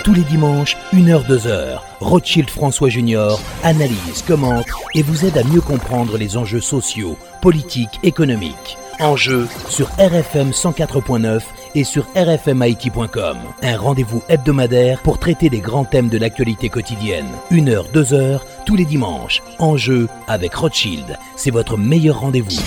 tous les dimanches, 1h, 2h. Rothschild François Junior analyse, commente et vous aide à mieux comprendre les enjeux sociaux, politiques, économiques. Enjeux sur RFM 104.9 et sur rfmit.com. Un rendez-vous hebdomadaire pour traiter des grands thèmes de l'actualité quotidienne. 1h, 2h, tous les dimanches. Enjeux avec Rothschild. C'est votre meilleur rendez-vous.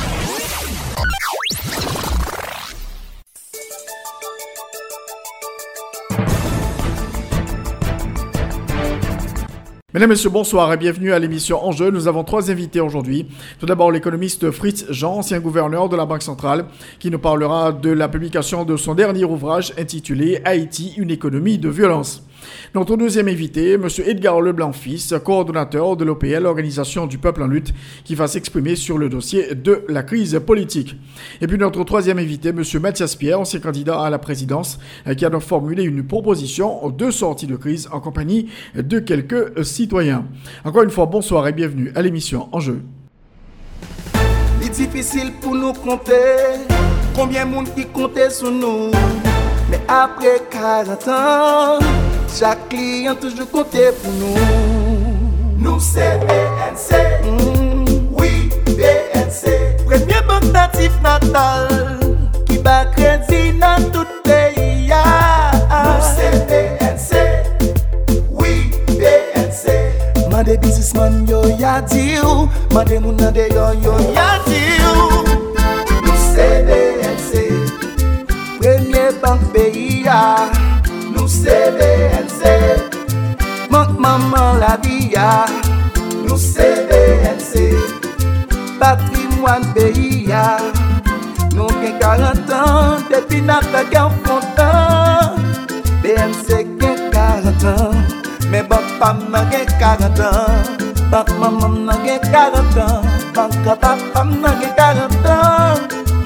Mesdames, Messieurs, bonsoir et bienvenue à l'émission Enjeux. Nous avons 3 invités aujourd'hui. Tout d'abord, l'économiste Fritz Jean, ancien gouverneur de la Banque centrale, qui nous parlera de la publication de son dernier ouvrage intitulé « Haïti, une économie de violence ». Notre deuxième invité, M. Edgar Leblanc-Fils, coordonnateur de l'OPL, Organisation du Peuple en lutte, qui va s'exprimer sur le dossier de la crise politique. Et puis notre troisième invité, M. Mathias Pierre, ancien candidat à la présidence, qui a donc formulé une proposition de sortie de crise en compagnie de quelques citoyens. Encore une fois, bonsoir et bienvenue à l'émission Enjeux. Il est difficile pour nous compter combien de monde qui comptait sur nous. Mais après 40 ans, chaque client toujours comptait pour nous. Nous c'est BNC, oui BNC. Premier banque natif natal qui bat crédit dans tout pays. Nous c'est BNC, oui BNC. Mande businessman yo ya di ou, mande moun nan de yo ya di ou. Nous c'est BNC, premier banque pays. Nous c'est BNC, maman la vie. Nous c'est BNC, patrimoine pays. Nous avons 40 ans, depuis notre guerre content. BNC a 40 ans, mais papa n'a 40 ans. Banque maman n'a 40 ans, banque papa n'a 40 ans.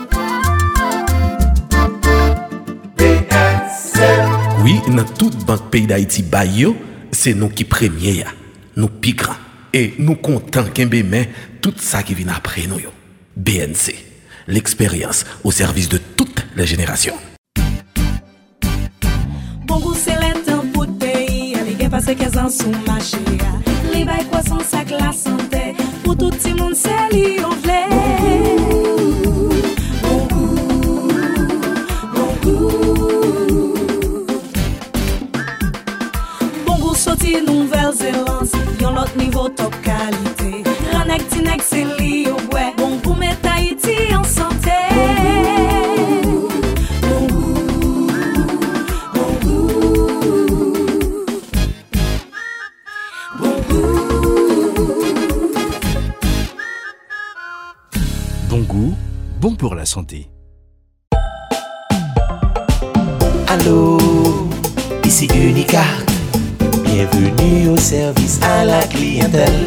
Oui, dans toute banque pays d'Haïti, c'est nous qui premiers, nous piquons. Et nous comptons qu'un bémet tout ça qui vient après nous. BNC, l'expérience au service de toutes les générations. Bon goût, c'est le temps pour le pays. Les gars passent 15 ans sous le marché. Les bails croissance avec la santé. Pour tout le monde, c'est lui, on voulait. Bon goût, bon goût. Bon goût, sorti Nouvelle-Zélande. Yon l'autre niveau top qualité. Ranek, Tinek, c'est lui, ouais. Bon goût, mettre Haïti en santé. Bon goût, bon goût. Bon goût. Bon goût, bon pour la santé. Allô, ici Unicart. Bienvenue au service à la clientèle.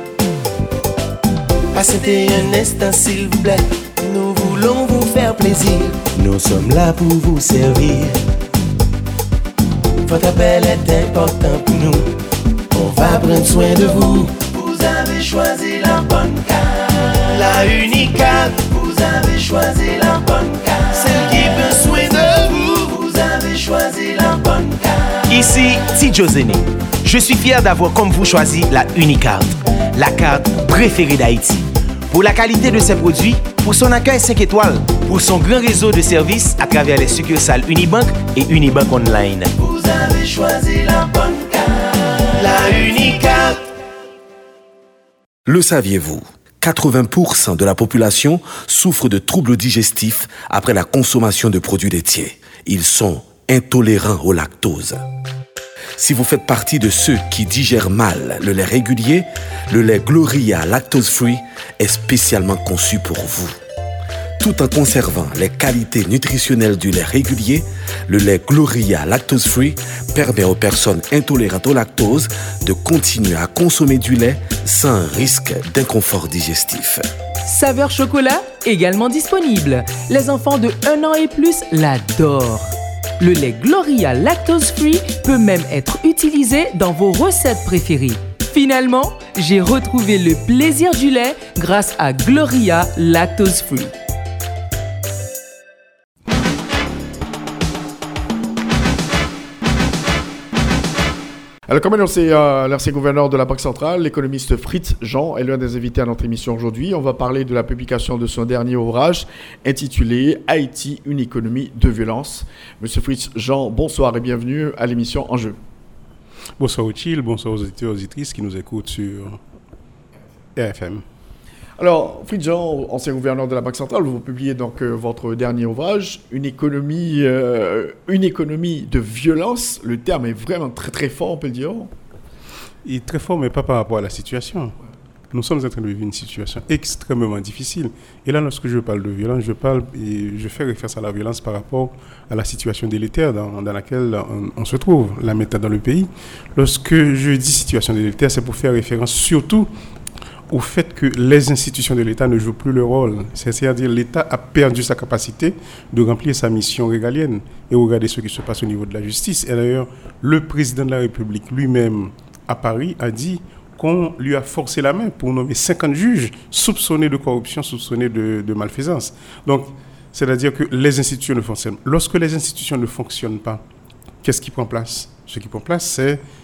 Passez un instant s'il vous plaît. Nous voulons vous faire plaisir. Nous sommes là pour vous servir. Votre appel est important pour nous. On va prendre soin de vous. Vous avez choisi la bonne carte. La Unicart. Vous avez choisi la bonne carte. Celle qui veut soin de vous. Vous avez choisi la bonne carte. Ici Tidjo Zene. Je suis fier d'avoir comme vous choisi la Unicart, la carte préférée d'Haïti. Pour la qualité de ses produits, pour son accueil 5 étoiles, pour son grand réseau de services à travers les succursales Unibank et Unibank Online. Vous avez choisi la bonne carte, la Unicart. Le saviez-vous ? 80% de la population souffre de troubles digestifs après la consommation de produits laitiers. Ils sont intolérants au lactose. Si vous faites partie de ceux qui digèrent mal le lait régulier, le lait Gloria Lactose Free est spécialement conçu pour vous. Tout en conservant les qualités nutritionnelles du lait régulier, le lait Gloria Lactose Free permet aux personnes intolérantes au lactose de continuer à consommer du lait sans risque d'inconfort digestif. Saveur chocolat, également disponible. Les enfants de 1 an et plus l'adorent. Le lait Gloria Lactose Free peut même être utilisé dans vos recettes préférées. Finalement, j'ai retrouvé le plaisir du lait grâce à Gloria Lactose Free. Alors, comme annoncé, l'ancien gouverneur de la Banque centrale, l'économiste Fritz Jean, est l'un des invités à notre émission aujourd'hui. On va parler de la publication de son dernier ouvrage intitulé « Haïti, une économie de violence ». Monsieur Fritz Jean, bonsoir et bienvenue à l'émission Enjeu. Bonsoir Rothschild, bonsoir aux auditeurs et auditrices qui nous écoutent sur RFM. Alors, Fritz Jean, ancien gouverneur de la Banque centrale, vous publiez donc votre dernier ouvrage, une économie de violence. Le terme est vraiment très très fort, on peut le dire. Il est très fort, mais pas par rapport à la situation. Nous sommes en train de vivre une situation extrêmement difficile. Et là, lorsque je parle de violence, je fais référence à la violence par rapport à la situation délétère dans laquelle on se trouve, là maintenant dans le pays. Lorsque je dis situation délétère, c'est pour faire référence surtout au fait que les institutions de l'État ne jouent plus leur rôle. C'est-à-dire que l'État a perdu sa capacité de remplir sa mission régalienne. Et regardez ce qui se passe au niveau de la justice. Et d'ailleurs, le président de la République lui-même, à Paris, a dit qu'on lui a forcé la main pour nommer 50 juges soupçonnés de corruption, soupçonnés de malfaisance. Donc, c'est-à-dire que les institutions ne fonctionnent pas. Lorsque les institutions ne fonctionnent pas, qu'est-ce qui prend place ? Ce qui prend place,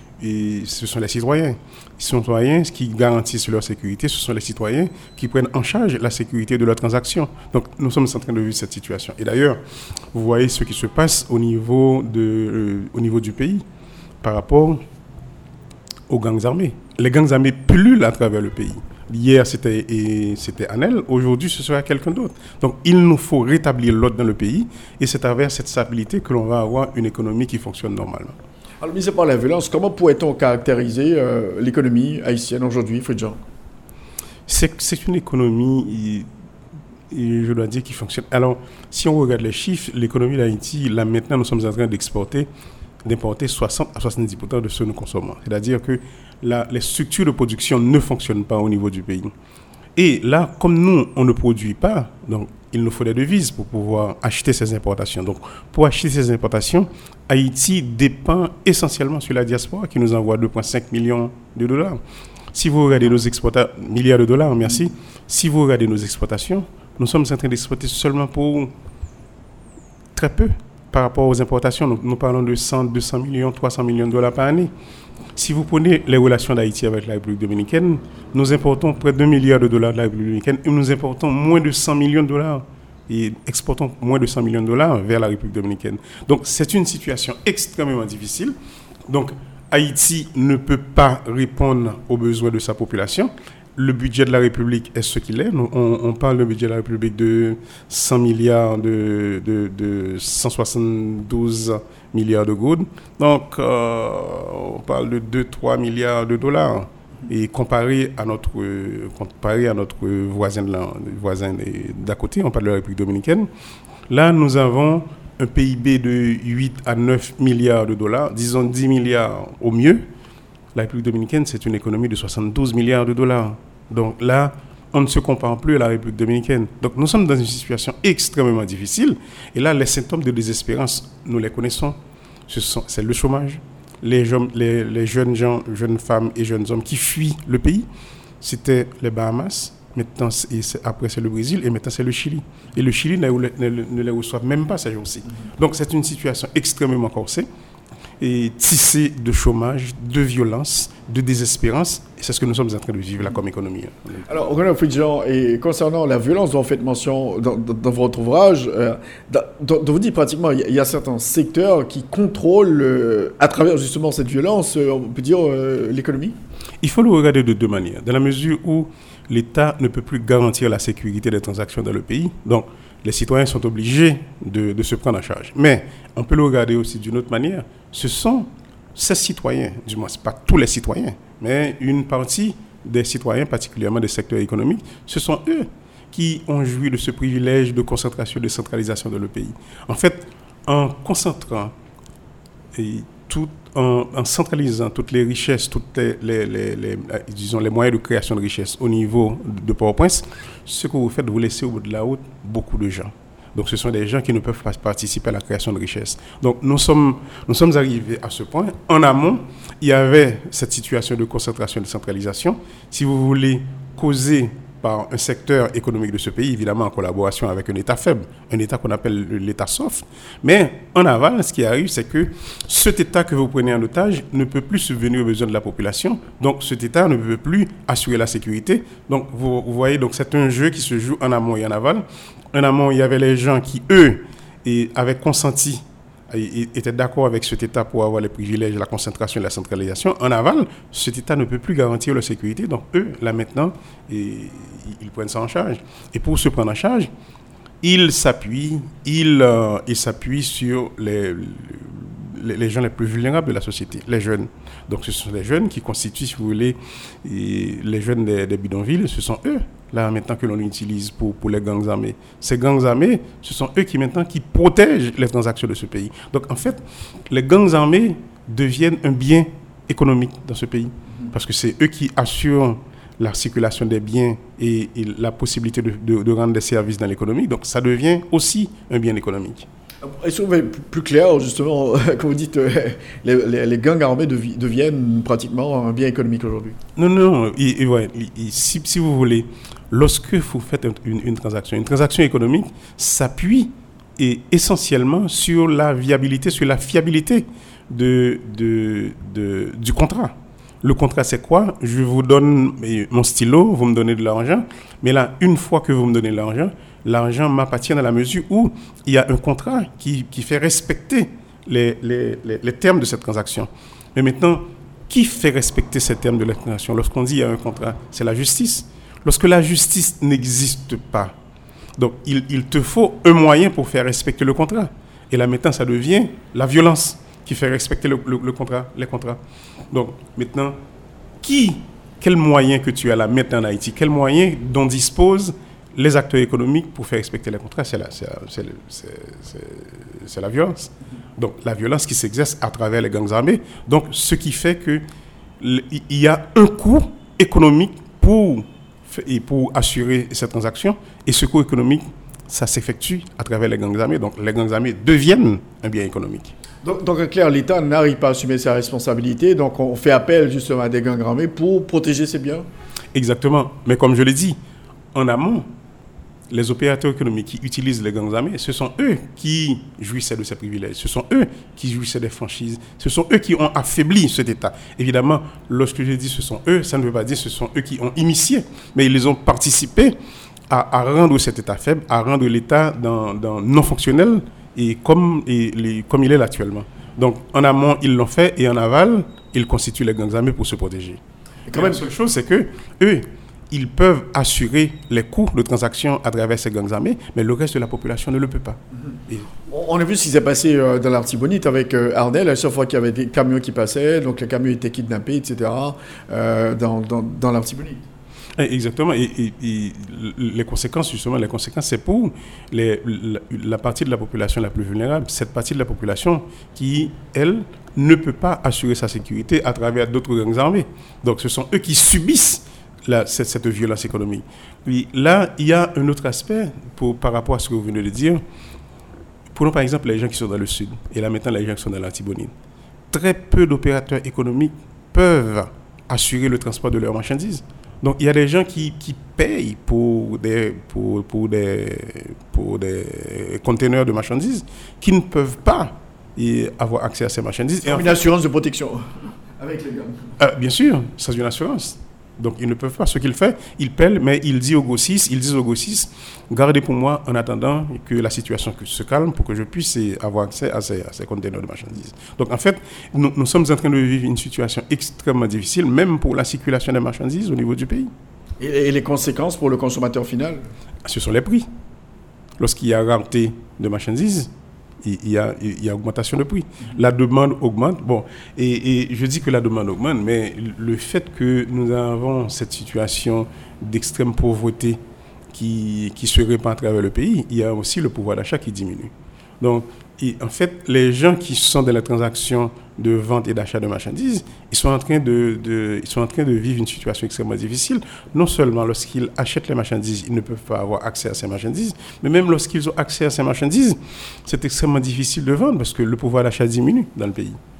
ce sont les citoyens. Les citoyens qui garantissent leur sécurité, ce sont les citoyens qui prennent en charge la sécurité de leurs transactions. Donc, nous sommes en train de vivre cette situation. Et d'ailleurs, vous voyez ce qui se passe au niveau du pays par rapport aux gangs armés. Les gangs armés pullulent à travers le pays. Hier, c'était Anel. Aujourd'hui, ce sera quelqu'un d'autre. Donc, il nous faut rétablir l'ordre dans le pays. Et c'est à travers cette stabilité que l'on va avoir une économie qui fonctionne normalement. Alors, mis à part la violence, comment pourrait-on caractériser l'économie haïtienne aujourd'hui, Fritz Jean ? C'est une économie, je dois dire, qui fonctionne. Alors, si on regarde les chiffres, l'économie d'Haïti, là maintenant, nous sommes en train d'importer 60 à 70% de ce que nous consommons. C'est-à-dire que les structures de production ne fonctionnent pas au niveau du pays. Et là, comme nous, on ne produit pas, donc il nous faut des devises pour pouvoir acheter ces importations. Donc, pour acheter ces importations, Haïti dépend essentiellement sur la diaspora qui nous envoie 2,5 millions de dollars. Si vous regardez nos exportations, milliards de dollars, merci. Si vous regardez nos exportations, nous sommes en train d'exporter seulement pour très peu par rapport aux importations. Nous parlons de 100, 200 millions, 300 millions de dollars par année. Si vous prenez les relations d'Haïti avec la République dominicaine, nous importons près de 2 milliards de dollars de la République dominicaine et nous importons moins de 100 millions de dollars et exportons moins de 100 millions de dollars vers la République dominicaine. Donc, c'est une situation extrêmement difficile. Donc, Haïti ne peut pas répondre aux besoins de sa population. Le budget de la République est ce qu'il est. On parle du budget de la République de 100 milliards, de 172 milliards de goudes. Donc, on parle de 2-3 milliards de dollars. Et comparé à notre voisin d'à côté, on parle de la République dominicaine, là, nous avons un PIB de 8 à 9 milliards de dollars, disons 10 milliards au mieux. La République dominicaine, c'est une économie de 72 milliards de dollars. Donc là, on ne se compare plus à la République dominicaine. Donc nous sommes dans une situation extrêmement difficile. Et là, les symptômes de désespérance, nous les connaissons. C'est le chômage. Les jeunes gens, jeunes femmes et jeunes hommes qui fuient le pays. C'était les Bahamas. Maintenant, après, c'est le Brésil. Et maintenant, c'est le Chili. Et le Chili ne les reçoit même pas ces jours-ci. Donc c'est une situation extrêmement corsée. Et tissé de chômage, de violence, de désespérance. Et c'est ce que nous sommes en train de vivre là comme économie. Alors, René Fritz-Jean, et concernant la violence dont vous faites mention dans votre ouvrage, vous dites pratiquement il y a certains secteurs qui contrôlent, à travers justement cette violence, on peut dire, l'économie ? Il faut le regarder de deux manières. Dans la mesure où l'État ne peut plus garantir la sécurité des transactions dans le pays, donc les citoyens sont obligés de se prendre en charge. Mais on peut le regarder aussi d'une autre manière. Ce sont ces citoyens, du moins, ce n'est pas tous les citoyens, mais une partie des citoyens, particulièrement des secteurs économiques, ce sont eux qui ont joui de ce privilège de concentration, de centralisation dans le pays. En fait, en concentrant en centralisant toutes les richesses, toutes les moyens de création de richesses au niveau de Port-au-Prince, ce que vous faites, vous laissez au bout de la route beaucoup de gens. Donc, ce sont des gens qui ne peuvent pas participer à la création de richesses. Donc, nous sommes arrivés à ce point. En amont, il y avait cette situation de concentration et de centralisation. Si vous voulez causer par un secteur économique de ce pays, évidemment en collaboration avec un État faible, un État qu'on appelle l'État soft. Mais en aval, ce qui arrive, c'est que cet État que vous prenez en otage ne peut plus subvenir aux besoins de la population. Donc cet État ne peut plus assurer la sécurité. Donc vous voyez, donc c'est un jeu qui se joue en amont et en aval. En amont, il y avait les gens qui, eux, avaient consenti, étaient d'accord avec cet État pour avoir les privilèges, la concentration et la centralisation. En aval, cet État ne peut plus garantir leur sécurité. Donc eux, là maintenant, ils prennent ça en charge. Et pour se prendre en charge, ils s'appuient sur les gens les plus vulnérables de la société, les jeunes. Donc ce sont les jeunes qui constituent, si vous voulez, les jeunes des bidonvilles, ce sont eux, là maintenant, que l'on utilise pour les gangs armés. Ces gangs armés, ce sont eux qui protègent les transactions de ce pays. Donc en fait, les gangs armés deviennent un bien économique dans ce pays, parce que c'est eux qui assurent la circulation des biens et la possibilité de rendre des services dans l'économie. Donc ça devient aussi un bien économique. Est-ce que vous êtes plus clair, justement, quand vous dites les gangs armés deviennent pratiquement un bien économique aujourd'hui? Non. Si vous voulez, lorsque vous faites une transaction économique s'appuie essentiellement sur la viabilité, sur la fiabilité du contrat. Le contrat, c'est quoi? Je vous donne mon stylo, vous me donnez de l'argent, mais là, une fois que vous me donnez l'argent m'appartient dans la mesure où il y a un contrat qui fait respecter les termes de cette transaction. Mais maintenant, qui fait respecter ces termes de la transaction? Lorsqu'on dit qu'il y a un contrat, c'est la justice. Lorsque la justice n'existe pas, donc il te faut un moyen pour faire respecter le contrat. Et là maintenant, ça devient la violence qui fait respecter les contrats. Donc maintenant, quel moyen que tu as là maintenant en Haïti, quel moyen dont disposent les acteurs économiques pour faire respecter les contrats? C'est la violence. Donc la violence qui s'exerce à travers les gangs armés. Donc ce qui fait qu'il y a un coût économique pour assurer cette transaction, et ce coût économique, ça s'effectue à travers les gangs armés. Donc les gangs armés deviennent un bien économique. Donc, en clair, l'État n'arrive pas à assumer sa responsabilité, donc on fait appel justement à des gangs armés pour protéger ses biens. Exactement. Mais comme je l'ai dit, en amont, les opérateurs économiques qui utilisent les gangs armés, ce sont eux qui jouissaient de ces privilèges, ce sont eux qui jouissaient des franchises, ce sont eux qui ont affaibli cet État. Évidemment, lorsque je dis ce sont eux, ça ne veut pas dire ce sont eux qui ont initié, mais ils ont participé à rendre cet État faible, à rendre l'État non fonctionnel, et comme il est là actuellement. Donc, en amont, ils l'ont fait, et en aval, ils constituent les gangs armés pour se protéger. Et quand même, la seule chose, c'est que eux, ils peuvent assurer les coûts de transaction à travers ces gangs armés, mais le reste de la population ne le peut pas. On a vu ce qui s'est passé dans l'Artibonite avec Arnel, à chaque fois qu'il y avait des camions qui passaient, donc les camions étaient kidnappés, etc., dans l'Artibonite. Exactement. Et les conséquences, justement, c'est pour la partie de la population la plus vulnérable, cette partie de la population qui, elle, ne peut pas assurer sa sécurité à travers d'autres gangs armés. Donc, ce sont eux qui subissent cette violence économique. Puis là, il y a un autre aspect par rapport à ce que vous venez de dire. Prenons par exemple les gens qui sont dans le sud, et là maintenant les gens qui sont dans l'Artibonite. Très peu d'opérateurs économiques peuvent assurer le transport de leurs marchandises. Donc, il y a des gens qui payent pour des conteneurs de marchandises qui ne peuvent pas avoir accès à ces marchandises. C'est une assurance de protection avec les gars. Bien sûr, c'est une assurance. Donc, ils ne peuvent pas. Ce qu'ils font, ils paient, mais ils disent au GO6, gardez pour moi en attendant que la situation se calme pour que je puisse avoir accès à ces conteneurs de marchandises. Donc, en fait, nous sommes en train de vivre une situation extrêmement difficile, même pour la circulation des marchandises au niveau du pays. Et les conséquences pour le consommateur final? Ce sont les prix. Lorsqu'il y a rareté de marchandises, il y a augmentation de prix. La demande augmente. Bon, et je dis que la demande augmente, mais le fait que nous avons cette situation d'extrême pauvreté qui se répand à travers le pays, il y a aussi le pouvoir d'achat qui diminue. Donc, en fait, les gens qui sont dans la transaction de vente et d'achat de marchandises, ils sont en train de vivre une situation extrêmement difficile. Non seulement lorsqu'ils achètent les marchandises, ils ne peuvent pas avoir accès à ces marchandises, mais même lorsqu'ils ont accès à ces marchandises, c'est extrêmement difficile de vendre parce que le pouvoir d'achat diminue dans le pays.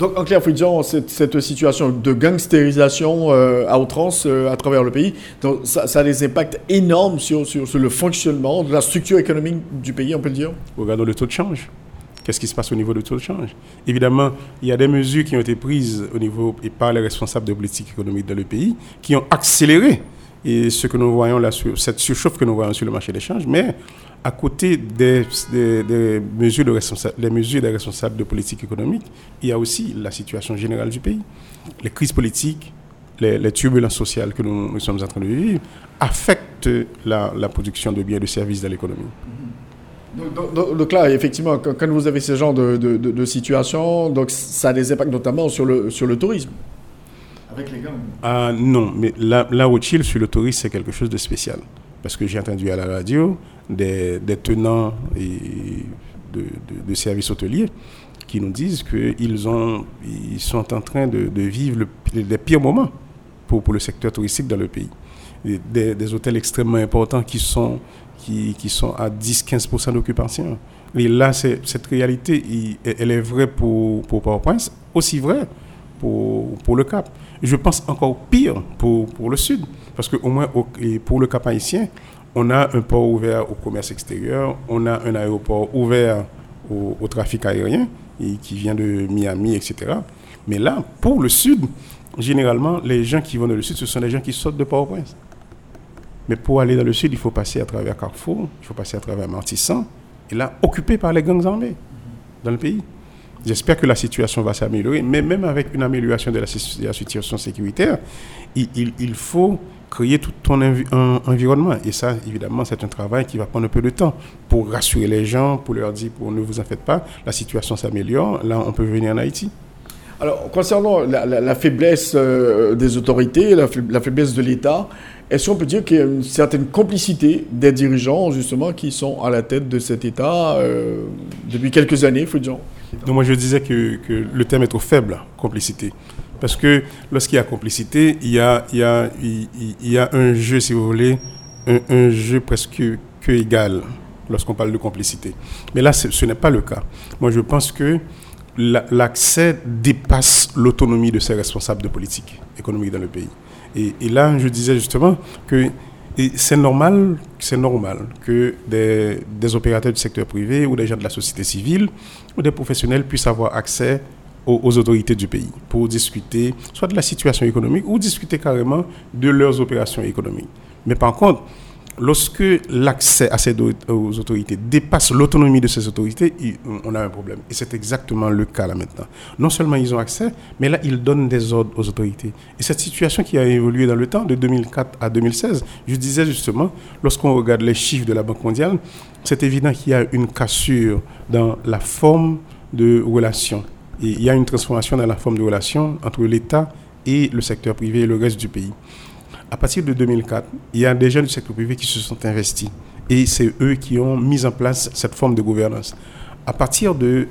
Donc, en clair, Fridjan, cette situation de gangstérisation à outrance à travers le pays, donc, ça a des impacts énormes sur le fonctionnement de la structure économique du pays, on peut le dire. Regardons le taux de change. Qu'est-ce qui se passe au niveau du taux de change? Évidemment, il y a des mesures qui ont été prises au niveau et par les responsables de politique économique dans le pays qui ont accéléré et ce que nous voyons là, cette surchauffe que nous voyons sur le marché des changes, mais à côté des mesures des responsables de politique économique, il y a aussi la situation générale du pays. Les crises politiques, les turbulences sociales que nous sommes en train de vivre affectent la production de biens et de services dans l'économie. Donc là, effectivement, quand vous avez ce genre de situation, donc ça a des impacts notamment sur le tourisme. Avec les gangs. Non, mais là Rothschild, sur le tourisme, c'est quelque chose de spécial. Parce que j'ai entendu à la radio des tenants de services hôteliers qui nous disent qu'ils sont en train de vivre les pires moments pour le secteur touristique dans le pays. Des hôtels extrêmement importants qui sont à 10-15% d'occupation. Et là, cette réalité, elle est vraie pour Port-au-Prince, aussi vraie pour le Cap. Je pense encore pire pour le Sud, parce qu'au moins pour le Cap haïtien, on a un port ouvert au commerce extérieur, on a un aéroport ouvert au trafic aérien qui vient de Miami, etc. Mais là, pour le Sud, généralement, les gens qui vont dans le Sud, ce sont des gens qui sortent de Port-au-Prince. Mais pour aller dans le Sud, il faut passer à travers Carrefour, il faut passer à travers Martissan, et là, occupé par les gangs armés dans le pays. J'espère que la situation va s'améliorer, mais même avec une amélioration de la situation sécuritaire, il faut créer tout un environnement. Et ça, évidemment, c'est un travail qui va prendre un peu de temps pour rassurer les gens, pour leur dire, ne vous en faites pas, la situation s'améliore, là, on peut venir en Haïti. Alors, concernant la faiblesse des autorités, la faiblesse de l'État, est-ce qu'on peut dire qu'il y a une certaine complicité des dirigeants, justement, qui sont à la tête de cet État depuis quelques années, Fridjan? Donc moi, je disais que le terme est trop faible, complicité. Parce que lorsqu'il y a complicité, il y a un jeu, si vous voulez, un jeu presque égal lorsqu'on parle de complicité. Mais là, ce n'est pas le cas. Moi, je pense que l'accès dépasse l'autonomie de ces responsables de politique économique dans le pays. Et là, je disais justement que c'est normal que des opérateurs du secteur privé ou des gens de la société civile ou des professionnels puissent avoir accès aux autorités du pays pour discuter soit de la situation économique ou discuter carrément de leurs opérations économiques. Mais par contre, lorsque l'accès à ces aux autorités dépasse l'autonomie de ces autorités, on a un problème. Et c'est exactement le cas là maintenant. Non seulement ils ont accès, mais là, ils donnent des ordres aux autorités. Et cette situation qui a évolué dans le temps, de 2004 à 2016, je disais justement, lorsqu'on regarde les chiffres de la Banque mondiale, c'est évident qu'il y a une cassure dans la forme de relation. Et il y a une transformation dans la forme de relation entre l'État et le secteur privé et le reste du pays. À partir de 2004, il y a des gens du secteur privé qui se sont investis. Et c'est eux qui ont mis en place cette forme de gouvernance. À partir de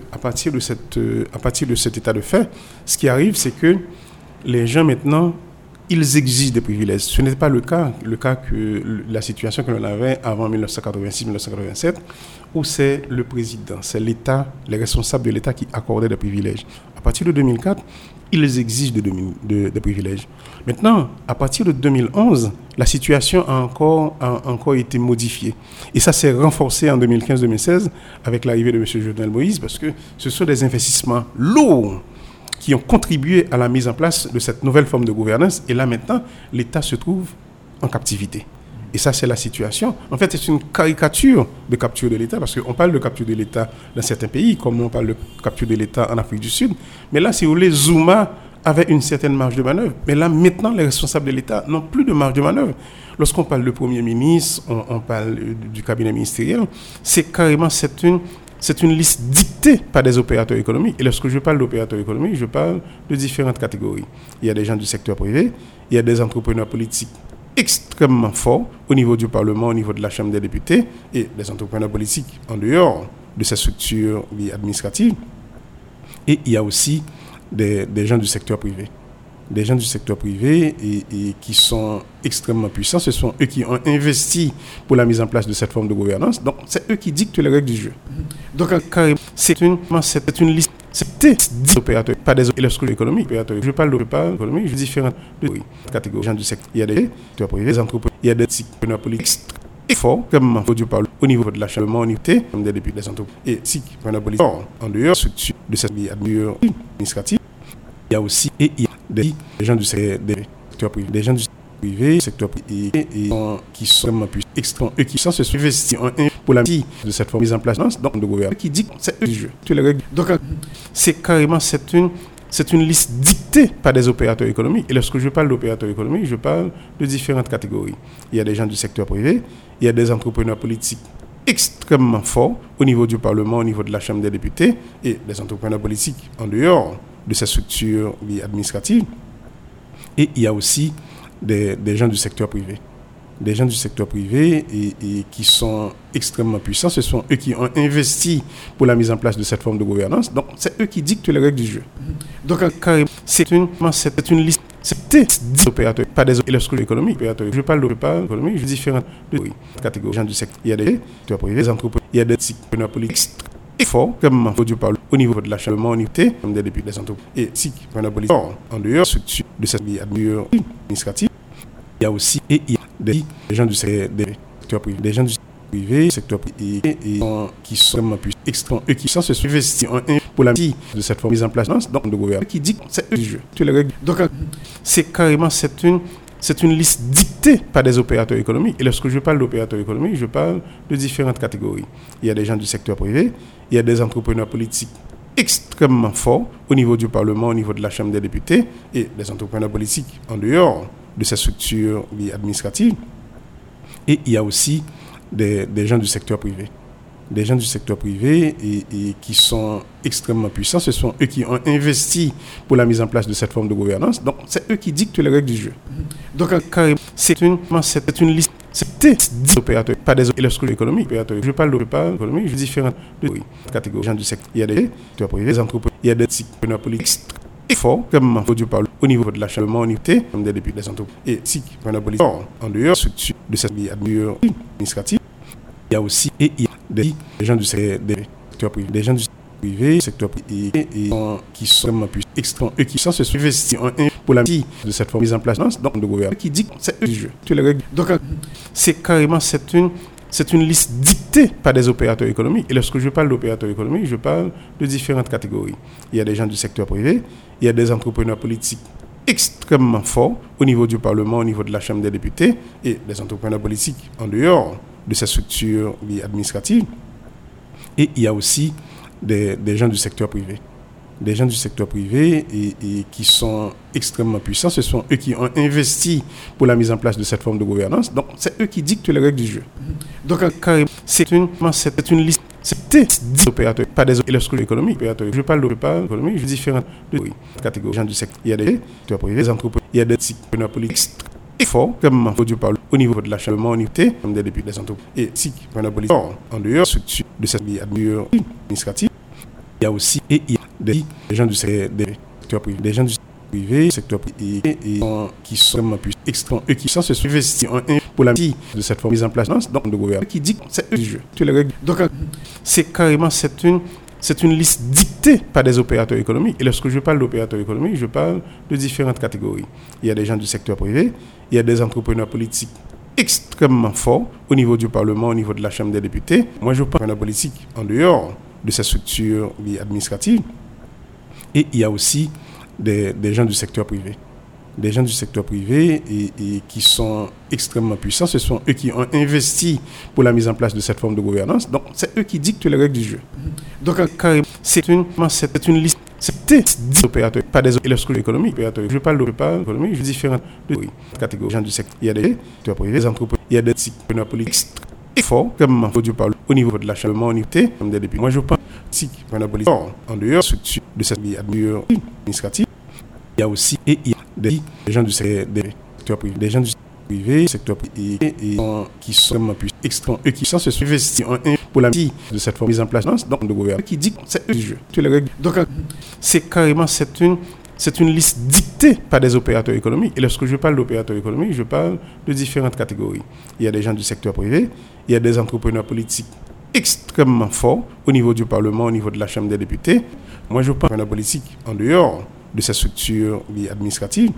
cet état de fait, ce qui arrive, c'est que les gens maintenant, ils exigent des privilèges. Ce n'est pas le cas que la situation que l'on avait avant 1986-1987, où c'est le président, c'est l'État, les responsables de l'État qui accordaient des privilèges. À partir de 2004, ils exigent des privilèges. Maintenant, à partir de 2011, la situation a encore été modifiée. Et ça s'est renforcé en 2015-2016 avec l'arrivée de M. Jovenel Moïse, parce que ce sont des investissements lourds qui ont contribué à la mise en place de cette nouvelle forme de gouvernance. Et là, maintenant, l'État se trouve en captivité. Et ça, c'est la situation. En fait, c'est une caricature de capture de l'État, parce qu'on parle de capture de l'État dans certains pays, comme on parle de capture de l'État en Afrique du Sud. Mais là, si vous voulez, Zuma avait une certaine marge de manœuvre. Mais là, maintenant, les responsables de l'État n'ont plus de marge de manœuvre. Lorsqu'on parle de Premier ministre, on parle du cabinet ministériel, c'est carrément, c'est une liste dictée par des opérateurs économiques. Et lorsque je parle d'opérateurs économiques, je parle de différentes catégories. Il y a des gens du secteur privé, il y a des entrepreneurs politiques extrêmement forts au niveau du Parlement, au niveau de la Chambre des députés, et des entrepreneurs politiques en dehors de ces structures administratives. Et il y a aussi des gens du secteur privé. Des gens du secteur privé et qui sont extrêmement puissants. Ce sont eux qui ont investi pour la mise en place de cette forme de gouvernance. Donc, c'est eux qui dictent les règles du jeu. Donc, c'est une liste C'était des opérateurs, pas des opérateurs économiques. Je parle d'opérateurs économiques, je différentes catégories. Gens du secteur. Il y a des secteurs privés, des entreprises, il y a des secteurs politiques très forts, comme Dieu parle au niveau de l'acharnement, comme des députés des entreprises. Et si on a politique en dehors de cette administrative, il y a aussi des gens du secteur privé, des gens du privé, secteur privé, qui sont vraiment plus extrêmement, eux qui sont se sont investis en un pour la mise de cette forme mise en place donc de gouvernement qui dit que c'est le jeu. Tu les règles. Donc c'est carrément c'est une liste dictée par des opérateurs économiques. Et lorsque je parle d'opérateurs économiques, je parle de différentes catégories. Il y a des gens du secteur privé, il y a des entrepreneurs politiques extrêmement forts au niveau du Parlement, au niveau de la Chambre des députés, et des entrepreneurs politiques en dehors de ces structures administratives. Et il y a aussi des gens du secteur privé. Des gens du secteur privé et qui sont extrêmement puissants. Ce sont eux qui ont investi pour la mise en place de cette forme de gouvernance. Donc, c'est eux qui dictent les règles du jeu. Donc, carrément, c'est une liste. C'est des opérateurs, pas des opérateurs économiques. Je parle d'opérateurs économiques, je dis différentes catégories. Gens du secteur. Il y a des secteurs privés, des entreprises, il y a des secteurs politiques très forts, comme Dieu parle au niveau de l'acharnement, comme des députés des entreprises. Et si on a politique en dehors de cette administrative, il y a aussi des gens du secteur privé, des gens du secteur privé, qui sont vraiment plus extrêmement, eux qui sont se sont investis en un pour la mise de cette forme mise en place donc de gouvernement qui dit que c'est le jeu. Tu les règles. Donc c'est carrément c'est une liste dictée par des opérateurs économiques. Et lorsque je parle d'opérateurs économiques, je parle de différentes catégories. Il y a des gens du secteur privé, il y a des entrepreneurs politiques extrêmement forts au niveau du Parlement, au niveau de la Chambre des députés, et des entrepreneurs politiques en dehors de ces structures administratives. Et il y a aussi des gens du secteur privé. Des gens du secteur privé et qui sont extrêmement puissants. Ce sont eux qui ont investi pour la mise en place de cette forme de gouvernance. Donc, c'est eux qui dictent les règles du jeu. Donc, carrément, c'est une liste. C'est des opérateurs, pas des opérateurs économiques. Je parle d'opérateurs économiques, je dis différentes catégories. Gens du secteur. Il y a des secteurs privés, des entreprises, il y a des secteurs politiques très forts, comme Dieu parle au niveau de l'acharnement, comme des députés des entreprises. Et si on a politique en dehors de cette administrative, il y a aussi des gens du secteur privé, des gens du secteur privé, qui sont vraiment plus extrêmement, eux qui sont se sont investis en un pour la mise de cette forme mise en place donc de gouvernement qui dit que c'est le jeu. Tu les règles. Donc c'est carrément c'est une liste dictée par des opérateurs économiques. Et lorsque je parle d'opérateurs économiques, je parle de différentes catégories. Il y a des gens du secteur privé, il y a des entrepreneurs politiques extrêmement forts au niveau du Parlement, au niveau de la Chambre des députés, et des entrepreneurs politiques en dehors de ces structures administratives. Et il y a aussi des gens du secteur privé. Des gens du secteur privé et qui sont extrêmement puissants. Ce sont eux qui ont investi pour la mise en place de cette forme de gouvernance. Donc, c'est eux qui dictent les règles du jeu. Donc, carrément, c'est une liste. C'est des opérateurs, pas des opérateurs économiques. Je parle d'opérateurs économiques, je dis différentes catégories. Gens du secteur. Il y a des secteurs privés, des entreprises, il y a des secteurs politiques très forts, comme Dieu parle au niveau de l'acharnement, comme des députés des entreprises. Et si on a politique en dehors de cette administrative, il y a aussi des gens du secteur privé, des gens du secteur privé, qui sont vraiment plus extrêmement, eux qui sont se sont investis en un pour la mise de cette forme mise en place donc de gouvernement qui dit que c'est le jeu. Tu les règles. Donc c'est carrément c'est une liste dictée par des opérateurs économiques. Et lorsque je parle d'opérateurs économiques, je parle de différentes catégories. Il y a des gens du secteur privé, il y a des entrepreneurs politiques extrêmement forts au niveau du Parlement, au niveau de la Chambre des députés. Moi, je parle de la politique en dehors de ces structures administratives. Et il y a aussi des gens du secteur privé. Des gens du secteur privé et qui sont extrêmement puissants. Ce sont eux qui ont investi pour la mise en place de cette forme de gouvernance. Donc, c'est eux qui dictent les règles du jeu. Donc, carrément, c'est une liste. C'est des opérateurs, pas des opérateurs économiques. Je parle d'opérateurs économiques, je dis différentes catégories. Gens du secteur. Il y a des secteurs privés, des entreprises, il y a des secteurs politiques très forts, comme Dieu parle au niveau de l'acharnement, comme des députés. Moi, je pense si on a politique en dehors de cette administrative, il y a aussi des gens du secteur privé, des gens du secteur privé, qui sont vraiment plus extrêmement, eux qui sont se sont investis en un pour la mise de cette forme mise en place donc de gouvernement qui dit que c'est le jeu. Tu les règles. Donc c'est carrément c'est une liste dictée par des opérateurs économiques. Et lorsque je parle d'opérateurs économiques, je parle de différentes catégories. Il y a des gens du secteur privé, il y a des entrepreneurs politiques extrêmement forts au niveau du Parlement, au niveau de la Chambre des députés, Moi, je pense à la politique en dehors de ces structures administratives.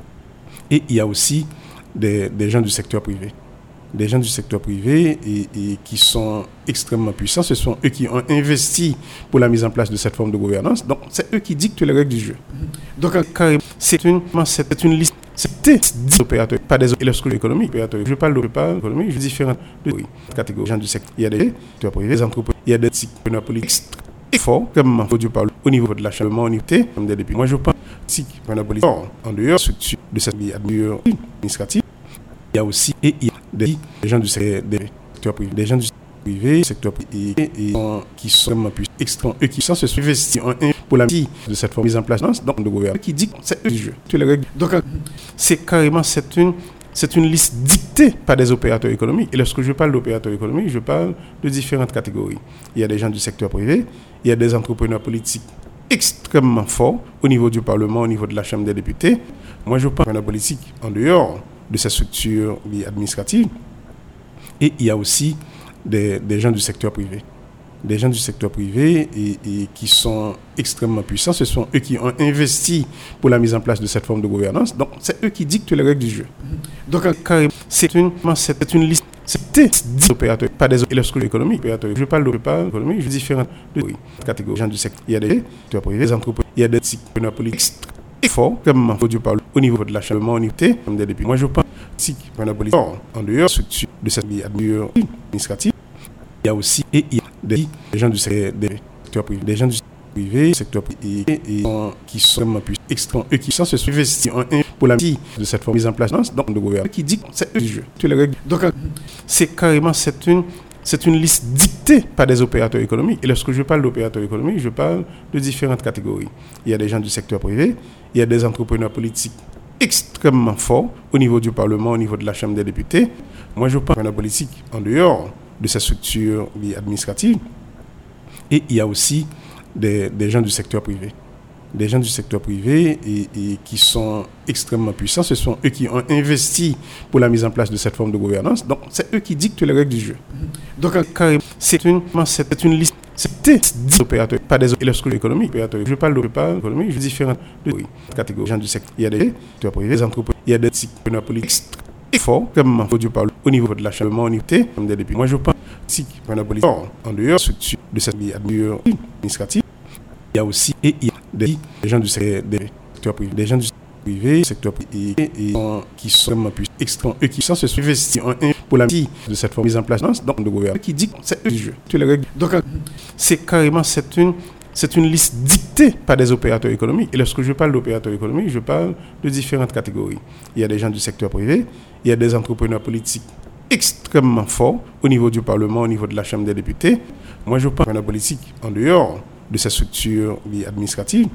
Et il y a aussi des gens du secteur privé. Des gens du secteur privé et qui sont extrêmement puissants. Ce sont eux qui ont investi pour la mise en place de cette forme de gouvernance. Donc, c'est eux qui dictent les règles du jeu. Donc, carrément, c'est une liste. C'était 10 opérateurs, pas des opérateurs économiques. Je parle d'opérateurs économiques, je dis différentes catégories. Gens du secteur. Il y a des secteurs privés, des entreprises, il y a des secteurs politiques forts, comme Dieu parle au niveau de l'achèvement, comme des députés. Moi, je pense que la politique en dehors de cette administrative, il y a aussi des gens du secteur privé, des gens du secteur privé qui sont extrêmement puissants, eux qui sont investis pour la mise de cette forme mise en place donc de gouvernement qui dit que c'est le jeu. Donc c'est carrément c'est une liste dictée par des opérateurs économiques. Et lorsque je parle d'opérateurs économiques, je parle de différentes catégories. Il y a des gens du secteur privé, il y a des entrepreneurs politiques extrêmement forts au niveau du Parlement, au niveau de la Chambre des députés. Moi, je parle de la politique en dehors de ces structures administratives. Et il y a aussi des gens du secteur privé. Des gens du secteur privé et qui sont extrêmement puissants. Ce sont eux qui ont investi pour la mise en place de cette forme de gouvernance. Donc, c'est eux qui dictent les règles du jeu. Donc, carrément, c'est une liste. C'était 10 opérateurs, pas des opérateurs économiques. Je parle d'opérateurs économiques, je dis différentes catégories. Gens du secteur. Il y a des secteurs privés, des entreprises, il y a des secteurs politiques forts, comme Dieu parle au niveau de l'achèvement, comme des députés. Moi, je pense que la politique en dehors de cette administrative, il y a aussi des gens du secteur privé, des gens du secteur privé qui sont extrêmement puissants, eux qui sont investis pour la mise de cette forme mise en place donc de gouvernement qui dit que c'est le jeu. Donc c'est carrément c'est une liste dictée par des opérateurs économiques. Et lorsque je parle d'opérateurs économiques, je parle de différentes catégories. Il y a des gens du secteur privé, il y a des entrepreneurs politiques extrêmement forts au niveau du Parlement, au niveau de la Chambre des députés. Moi, je parle de la politique en dehors de ces structures administratives. Et il y a aussi des gens du secteur privé. Des gens du secteur privé et qui sont extrêmement puissants. Ce sont eux qui ont investi pour la mise en place de cette forme de gouvernance. Donc, c'est eux qui dictent les règles du jeu. Donc, carrément, c'est une liste. C'était 10 opérateurs, pas des opérateurs économiques. Je parle d'opérateurs économiques, je dis différentes catégories. Gens du secteur. Il y a des secteurs privés, des entreprises, il y a des secteurs politiques forts, comme Dieu parle au niveau de l'achèvement, comme des députés. Moi, je pense que la politique en dehors de cette administrative, il y a aussi des gens du secteur privé, des gens du secteur privé qui sont extrêmement puissants, eux qui sont investis pour la mise de cette forme mise en place donc de gouvernement qui dit que c'est le jeu. Donc c'est carrément c'est une liste dictée par des opérateurs économiques. Et lorsque je parle d'opérateurs économiques, je parle de différentes catégories. Il y a des gens du secteur privé, il y a des entrepreneurs politiques extrêmement forts au niveau du Parlement, au niveau de la Chambre des députés. Moi, je parle de la politique en dehors de ces structures administratives.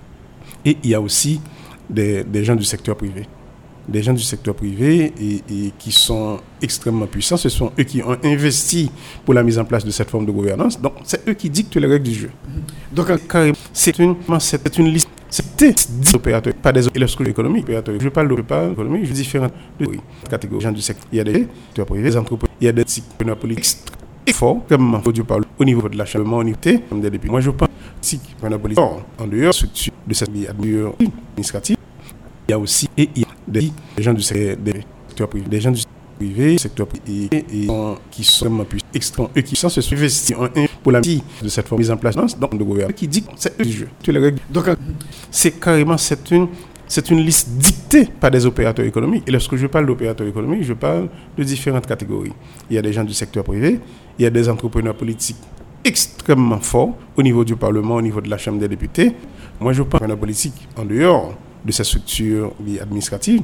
Et il y a aussi des gens du secteur privé. Des gens du secteur privé et qui sont extrêmement puissants. Ce sont eux qui ont investi pour la mise en place de cette forme de gouvernance. Donc, c'est eux qui dictent les règles du jeu. Donc, carrément, c'est une liste. C'était 10 opérateurs, pas des opérateurs économiques. Je parle d'opérateurs économiques, je dis différentes catégories. Gens du secteur. Il y a des secteurs privés, des entreprises, il y a des secteurs politiques forts, comme Dieu parle au niveau de l'achèvement, comme des députés. Moi, je pense que la politique en dehors de cette administrative, il y a aussi des gens du secteur privé, des gens du secteur privé qui sont extrêmement puissants, eux qui sont investis pour la mise de cette forme mise en place donc de gouvernement qui dit que c'est le jeu. Donc c'est carrément c'est une liste dictée par des opérateurs économiques. Et lorsque je parle d'opérateurs économiques, je parle de différentes catégories. Il y a des gens du secteur privé, il y a des entrepreneurs politiques extrêmement forts au niveau du Parlement, au niveau de la Chambre des députés. Moi, je parle de la politique en dehors de ces structures administratives.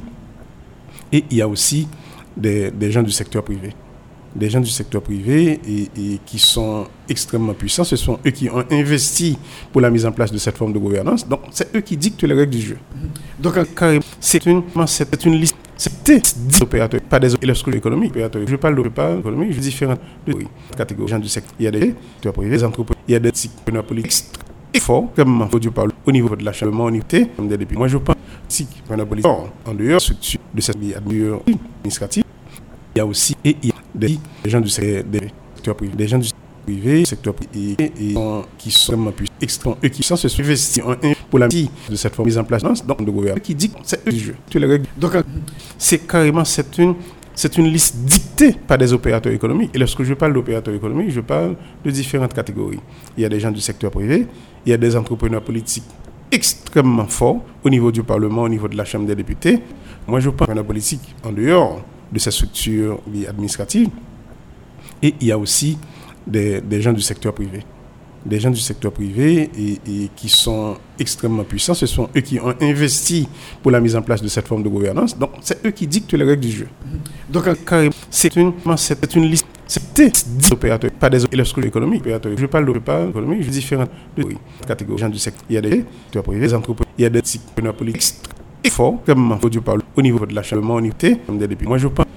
Et il y a aussi des gens du secteur privé. Des gens du secteur privé et qui sont extrêmement puissants. Ce sont eux qui ont investi pour la mise en place de cette forme de gouvernance. Donc, c'est eux qui dictent les règles du jeu. Donc, carrément, c'est une liste. C'était 10 opérateurs, pas des opérateurs économiques. Je parle d'opérateurs économiques, je dis différentes catégories. Gens du secteur. Il y a des secteurs privés, des entreprises, il y a des secteurs politiques forts, comme Dieu parle au niveau de l'achèvement, comme des députés. Moi, je pense que la politique en dehors de cette administrative, il y a aussi des gens du secteur privé, des gens du privé, secteur privé, et qui sont extrêmement puissants, eux qui sont se investis en un pour la mise de cette forme mise en place donc de gouvernement qui dit que c'est le jeu. Tu les règles. Donc c'est carrément c'est une liste dictée par des opérateurs économiques. Et lorsque je parle d'opérateurs économiques, je parle de différentes catégories. Il y a des gens du secteur privé, il y a des entrepreneurs politiques extrêmement forts au niveau du Parlement, au niveau de la Chambre des députés. Moi, je parle de la politique en dehors de ces structures administratives. Et il y a aussi des gens du secteur privé. Des gens du secteur privé et qui sont extrêmement puissants. Ce sont eux qui ont investi pour la mise en place de cette forme de gouvernance. Donc, c'est eux qui dictent les règles du jeu. Donc, carrément, c'est une liste. C'est des opérateurs, pas des opérateurs économiques. Je parle d'opérateurs économiques, je différentes catégories. Gens du secteur. Il y a des secteurs privés, des entreprises, il y a des entrepreneurs politiques forts, comme je parle au niveau de l'acharnement, au niveau des députés. Moi, je parle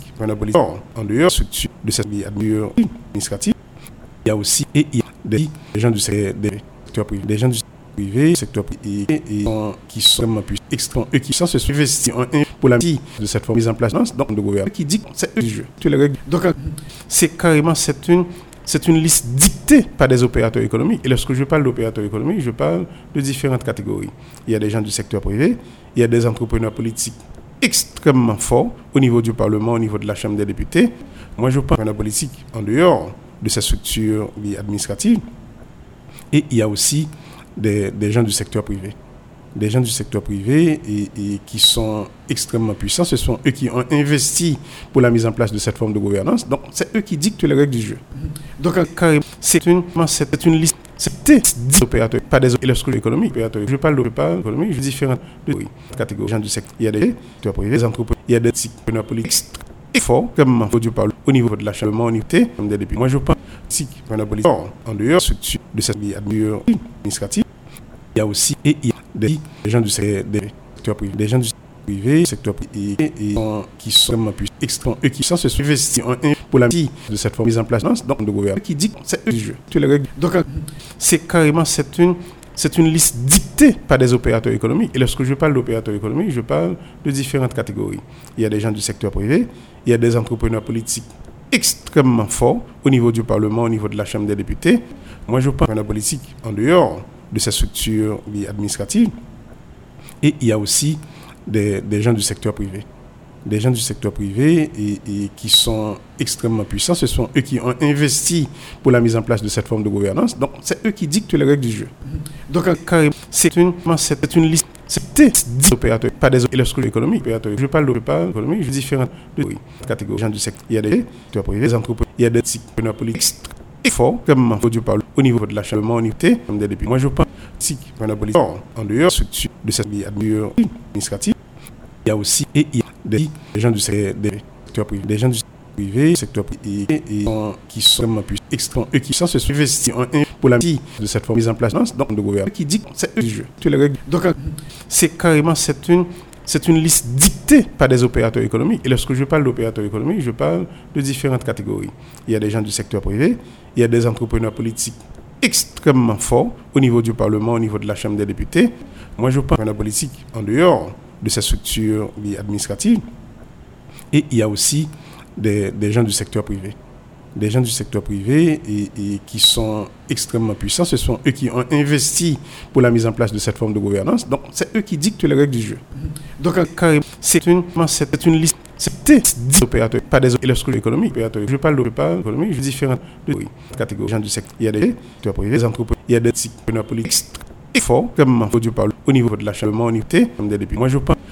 en dehors de cette administrative. Il y a aussi des gens du secteur privé, des gens du secteur privé qui sont extrêmement puissants, eux qui sont se sont investis en un pour la mise de cette forme mise en place donc de gouvernement qui dit que c'est le jeu. Tu les règles. Donc c'est carrément c'est une liste dictée par des opérateurs économiques. Et lorsque je parle d'opérateurs économiques, je parle de différentes catégories. Il y a des gens du secteur privé, il y a des entrepreneurs politiques extrêmement forts au niveau du Parlement, au niveau de la Chambre des députés. Moi, je parle de la politique en dehors de ces structures administratives. Et il y a aussi des gens du secteur privé. Des gens du secteur privé et qui sont extrêmement puissants. Ce sont eux qui ont investi pour la mise en place de cette forme de gouvernance. Donc, c'est eux qui dictent les règles du jeu. Donc, carrément, c'est une liste. C'est des opérateurs, pas des opérateurs économiques. Je parle d'opérateurs économiques, je différentes catégories. Gens du secteur. Il y a des secteurs privés, des entreprises, il y a des entrepreneurs politiques forts, comme je parle au niveau de l'acharnement, au niveau des députés. Moi, je parle en dehors de cette administrative. Il y a aussi des gens du secteur privé, des gens du secteur privé qui sont extrêmement puissants, eux qui sont se sont investis en un pour la mise de cette forme mise en place donc de gouvernement qui dit que c'est le jeu. Tu les règles. Donc c'est carrément c'est une liste dictée par des opérateurs économiques. Et lorsque je parle d'opérateurs économiques, je parle de différentes catégories. Il y a des gens du secteur privé, il y a des entrepreneurs politiques extrêmement forts au niveau du Parlement, au niveau de la Chambre des députés. Moi, je parle de la politique en dehors de ces structures administratives. Et il y a aussi des gens du secteur privé. Des gens du secteur privé et qui sont extrêmement puissants. Ce sont eux qui ont investi pour la mise en place de cette forme de gouvernance. Donc, c'est eux qui dictent les règles du jeu. Donc, carrément, c'est une liste. C'est des opérateurs, pas des opérateurs économiques. Je parle d'opérateurs économiques, je différentes catégories. Gens du secteur. Il y a des secteurs privés, des entreprises, il y a des entrepreneurs politiques forts, comme je parle au niveau de l'acharnement, au niveau des députés. Moi, je parle en dehors de cette administrative. Il y a aussi des gens du secteur privé, des gens du secteur privé qui sont extrêmement puissants, eux qui sont se sont investis en un pour la mise de cette forme mise en place donc de gouvernement qui dit que c'est le jeu. Tu les règles. Donc c'est carrément c'est une liste dictée par des opérateurs économiques. Et lorsque je parle d'opérateurs économiques, je parle de différentes catégories. Il y a des gens du secteur privé, il y a des entrepreneurs politiques extrêmement forts au niveau du Parlement, au niveau de la Chambre des députés. Moi, je parle de la politique en dehors de ces structures administratives. Et il y a aussi des gens du secteur privé. Des gens du secteur privé et qui sont extrêmement puissants. Ce sont eux qui ont investi pour la mise en place de cette forme de gouvernance. Donc, c'est eux qui dictent les règles du jeu. Donc, carrément, c'est une liste. C'est des opérateurs, pas des opérateurs économiques. Je parle d'opérateurs économiques, je différentes catégories. Gens du secteur. Il y a des secteurs privés, des entreprises, il y a des entrepreneurs politiques forts, comme je parle au niveau de l'acharnement, au niveau des députés. Moi, je parle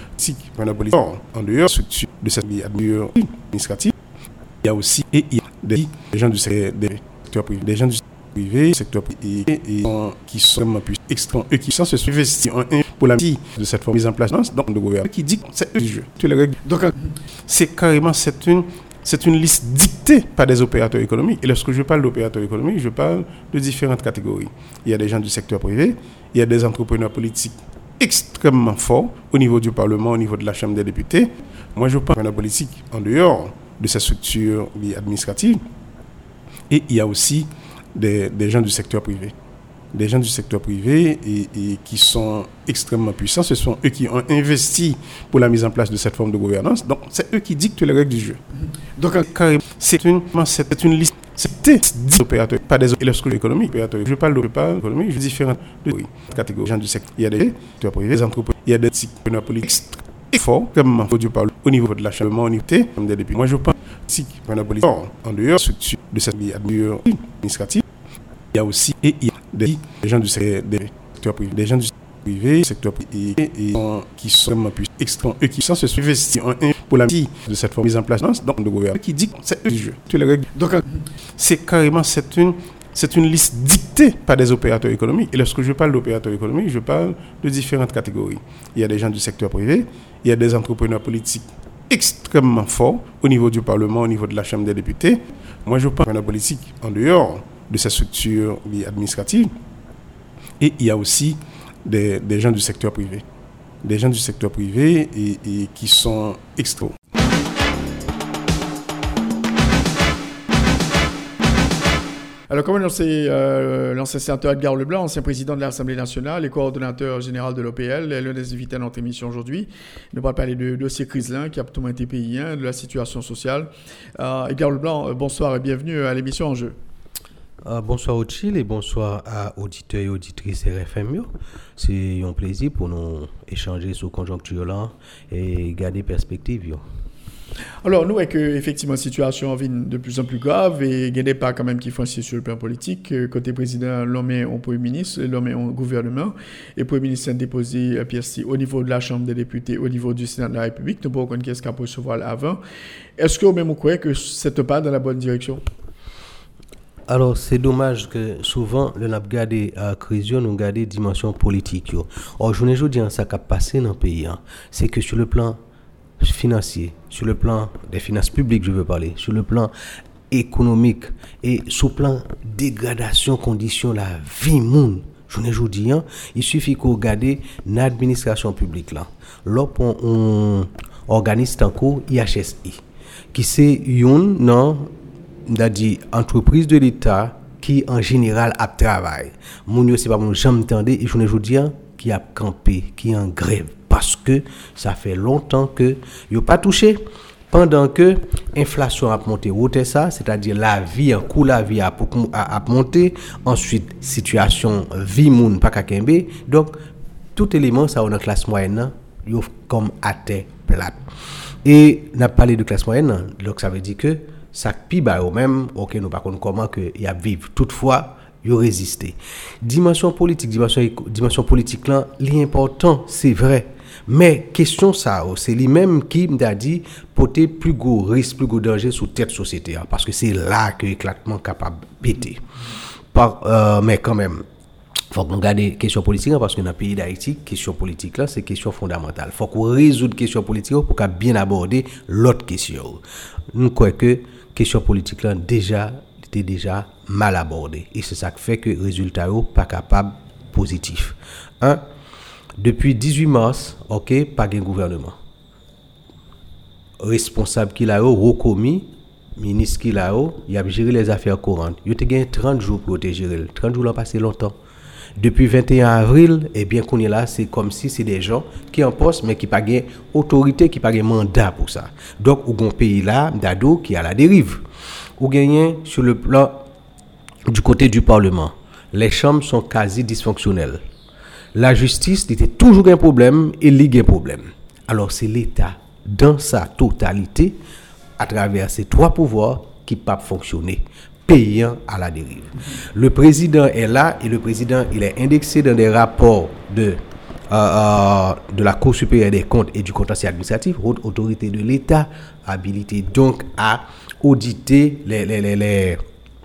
en dehors de cette administrative. Il y a aussi des gens du secteur privé, des gens du secteur privé qui sont extrêmement puissants, eux qui sont se sont investis en un pour la mise de cette forme mise en place donc de gouvernement qui dit que c'est le jeu. Tu les règles. Donc c'est carrément c'est une liste dictée par des opérateurs économiques. Et lorsque je parle d'opérateurs économiques, je parle de différentes catégories. Il y a des gens du secteur privé, il y a des entrepreneurs politiques extrêmement forts au niveau du Parlement, au niveau de la Chambre des députés. Moi, je parle de la politique en dehors de ces structures administratives. Et il y a aussi des gens du secteur privé. des gens du secteur privé et qui sont extrêmement puissants. Ce sont eux qui ont investi pour la mise en place de cette forme de gouvernance. Donc, c'est eux qui dictent les règles du jeu. Donc, carrément, c'est une liste. C'était des opérateurs, pas des opérateurs économiques. Je parle d'opérateurs économiques, je dis différentes catégories. Gens du secteur. Il y a des secteurs privés, des entreprises, il y a des entrepreneurs politiques forts, extrêmement forts, au niveau de l'achèvement, au niveau comme des députés. Moi, je pense que entrepreneurs politiques en dehors structure de cette administrative. Il y a aussi des gens du secteur privé, des gens du secteur privé qui sont extrêmement puissants, eux qui sont se sont investis pour la mise de cette forme mise en place donc de gouvernement qui dit c'est eux du jeu. Donc c'est carrément c'est une liste dictée par des opérateurs économiques. Et lorsque je parle d'opérateurs économiques, je parle de différentes catégories. Il y a des gens du secteur privé, il y a des entrepreneurs politiques extrêmement forts au niveau du Parlement, au niveau de la Chambre des députés. Moi, je parle d'opérateurs politiques en dehors de ces structures administratives. Et il y a aussi des gens du secteur privé. Des gens du secteur privé et qui sont extra. Alors, comme annoncé, l'ancien sénateur Edgar Leblanc, ancien président de l'Assemblée nationale et coordonnateur général de l'OPL, est l'un des invités à notre émission aujourd'hui. Il nous va parler de ces crises-là qui a tout été pays, de la situation sociale. Edgar Leblanc, bonsoir et bienvenue à l'émission En Jeu. Bonsoir Rothschild et bonsoir à auditeurs et auditrices RFM. C'est un plaisir pour nous échanger sur la conjoncture là et garder perspective. Alors, nous, avec effectivement, la situation est de plus en plus grave et il y a des pas quand même qui font sur le plan politique. Côté président, l'homme est un premier ministre, l'homme est un gouvernement. Et le premier ministre a déposé pièce au niveau de la Chambre des députés, au niveau du Sénat de la République. Nous ne pouvons pas qu'est-ce qu'on peut recevoir avant. Est-ce que vous croyez que c'est pas dans la bonne direction? Alors, c'est dommage que souvent, le n'a gardé à crise, nous gardé dimension politique. Or, je ne dis ça qui a passé dans le pays, c'est que sur le plan financier, sur le plan des finances publiques, je veux parler, sur le plan économique et sur le plan dégradation, conditions, la vie monde, je ne dis il suffit qu'on regarde l'administration publique là. Lorsqu'on organise un cours IHSI, qui c'est une, non, c'est-à-dire entreprise de l'État qui en général a travail. Mon yo c'est pas mon jamais entendu et je ne dis qui a campé, qui est en grève parce que ça fait longtemps que yo pas touché pendant que inflation a monté ça, c'est-à-dire la vie en coût la vie a monté, ensuite situation vie moun pas kakembe. Donc tout élément ça dans classe moyenne yo comme à terre plate. Et n'a parlé de classe moyenne, donc ça veut dire que ça pi ba au même OK nous pas connait comment que y a vivre toutefois yo résister dimension politique là l'important c'est vrai mais question ça c'est lui-même qui m'a dit porter plus gros risque plus gros danger sur tête société parce que c'est là que éclatement capable péter mais quand même faut qu'on garde question politique parce que dans le pays d'Haïti question politique là c'est question fondamentale faut qu'on résoudre question politique pour qu'à bien aborder l'autre question nous croyons que question politique là était déjà mal abordée et c'est ça qui fait que résultat pas capable positif. Depuis 18 mars, OK, pas de gouvernement. Responsable qui l'a recommis, ministre qui l'a il a géré les affaires courantes. Il a gagné 30 jours pour te gérer. 30 jours là passé longtemps. Depuis 21 avril, eh bien qu'on est là, c'est comme si c'est des gens qui en poste mais qui pas gain autorité, qui pas gain mandat pour ça. Donc au pays là, d'ado qui à la dérive. Ou gagné sur le plan du côté du Parlement. Les chambres sont quasi dysfonctionnelles. La justice était toujours un problème et ligue un problème. Alors c'est l'État dans sa totalité à travers ces trois pouvoirs qui peuvent fonctionner. Payant à la dérive. Le président est là et le président il est indexé dans des rapports de la Cour supérieure des comptes et du contentieux administratif, haute autorité de l'État, habilité donc à auditer les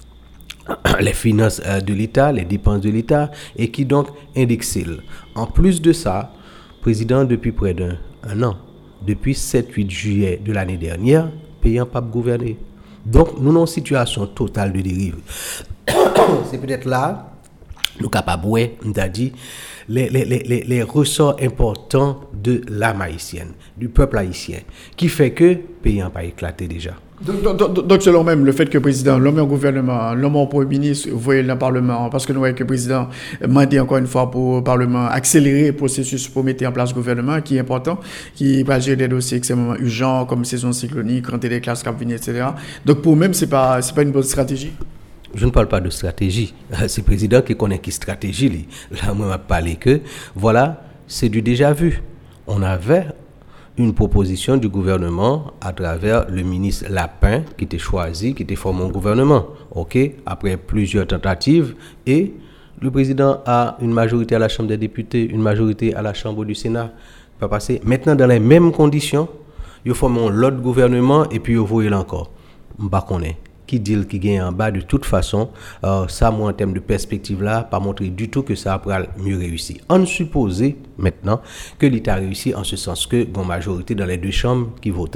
finances de l'État, les dépenses de l'État et qui donc indexé. En plus de ça, président depuis près d'un an, depuis 7-8 juillet de l'année dernière, payant pas gouverner. Donc, nous avons une situation totale de dérive. C'est peut-être là, nous capables, nous avons dit, les ressorts importants de l'âme haïtienne, du peuple haïtien, qui fait que le pays n'a pas éclaté déjà. Donc, selon même le fait que le président, l'homme au gouvernement, l'homme au premier ministre, vous voyez le Parlement, parce que nous voyons que le président m'a dit encore une fois pour le Parlement accélérer le processus pour mettre en place le gouvernement, qui est important, qui va gérer des dossiers extrêmement urgents, comme saison cyclonique, rentrer des classes cap etc. Donc, pour même, c'est pas une bonne stratégie. Je ne parle pas de stratégie. C'est le président qui connaît qui stratégie. Là, moi, je vais parler que, voilà, c'est du déjà vu. On avait une proposition du gouvernement à travers le ministre Lapin qui était choisi, qui était formé au gouvernement. OK, après plusieurs tentatives, et le président a une majorité à la Chambre des députés, une majorité à la Chambre du Sénat. Pas passer. Maintenant, dans les mêmes conditions, ils forment l'autre gouvernement et puis ils voient encore. Je ne sais pas qui dit qui gagne en bas de toute façon, ça, moi, en termes de perspective là, pas montrer du tout que ça va mieux réussir. On suppose maintenant que l'État a réussi en ce sens que une majorité dans les deux chambres qui votent.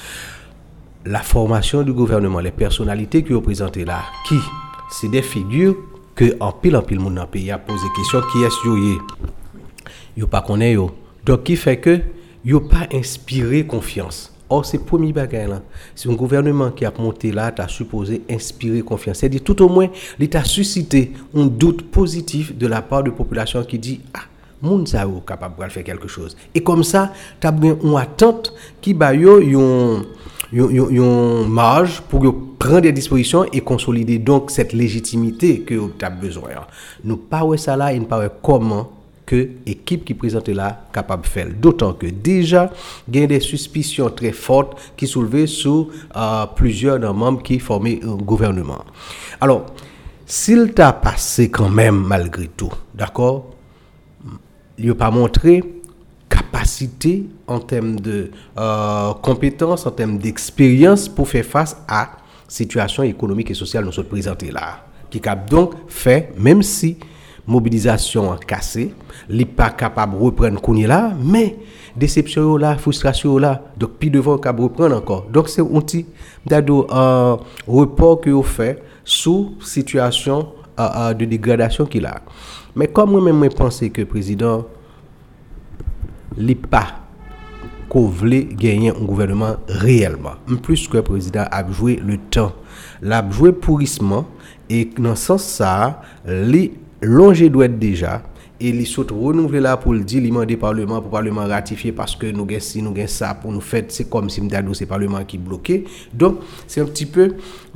La formation du gouvernement, les personnalités qui ont présenté là, qui, c'est des figures que en pile monde dans le pays a posé question qui est-ce yo yo pas connaît yo. Donc qui fait que yo pas inspiré confiance. Or, c'est le premier bagage là. C'est un gouvernement qui a monté là, tu as supposé inspirer confiance. C'est-à-dire, tout au moins, l'État a suscité un doute positif de la part de la population qui dit « Ah, moun sa ou capable de faire quelque chose ». Et comme ça, tu as bien une attente qui va yon marge pour prendre des dispositions et consolider donc cette légitimité que tu as besoin. Nous pas ça là, il ne pas comment que l'équipe qui présente là capable de faire. D'autant que déjà, il y a des suspicions très fortes qui soulevées sur plusieurs membres qui formaient un gouvernement. Alors, s'il t'a passé quand même malgré tout, d'accord, il n'a pas montré capacité en termes de compétences, en termes d'expérience pour faire face à la situation économique et sociale nous sommes présentés là. Qui a donc fait, même si mobilisation cassée, il n'est pas capable de reprendre qu'on est là, mais déception là, frustration là, donc puis devant capable reprendre encore. Donc c'est un petit report que vous fait sous situation de dégradation qu'il a. Mais comme moi-même je pense que le président n'est pas qu'on voulait gagner un gouvernement réellement. Plus que le président a joué le temps, l'a joué pourrissement, et dans ce sens ça, les l'ongé doit être déjà et les autres renouveler là pour le dire demander parlement pour parlement ratifier parce que nous gain si nous gain ça pour nous faire c'est comme si m'dadou c'est parlement qui bloqué. Donc c'est un petit peu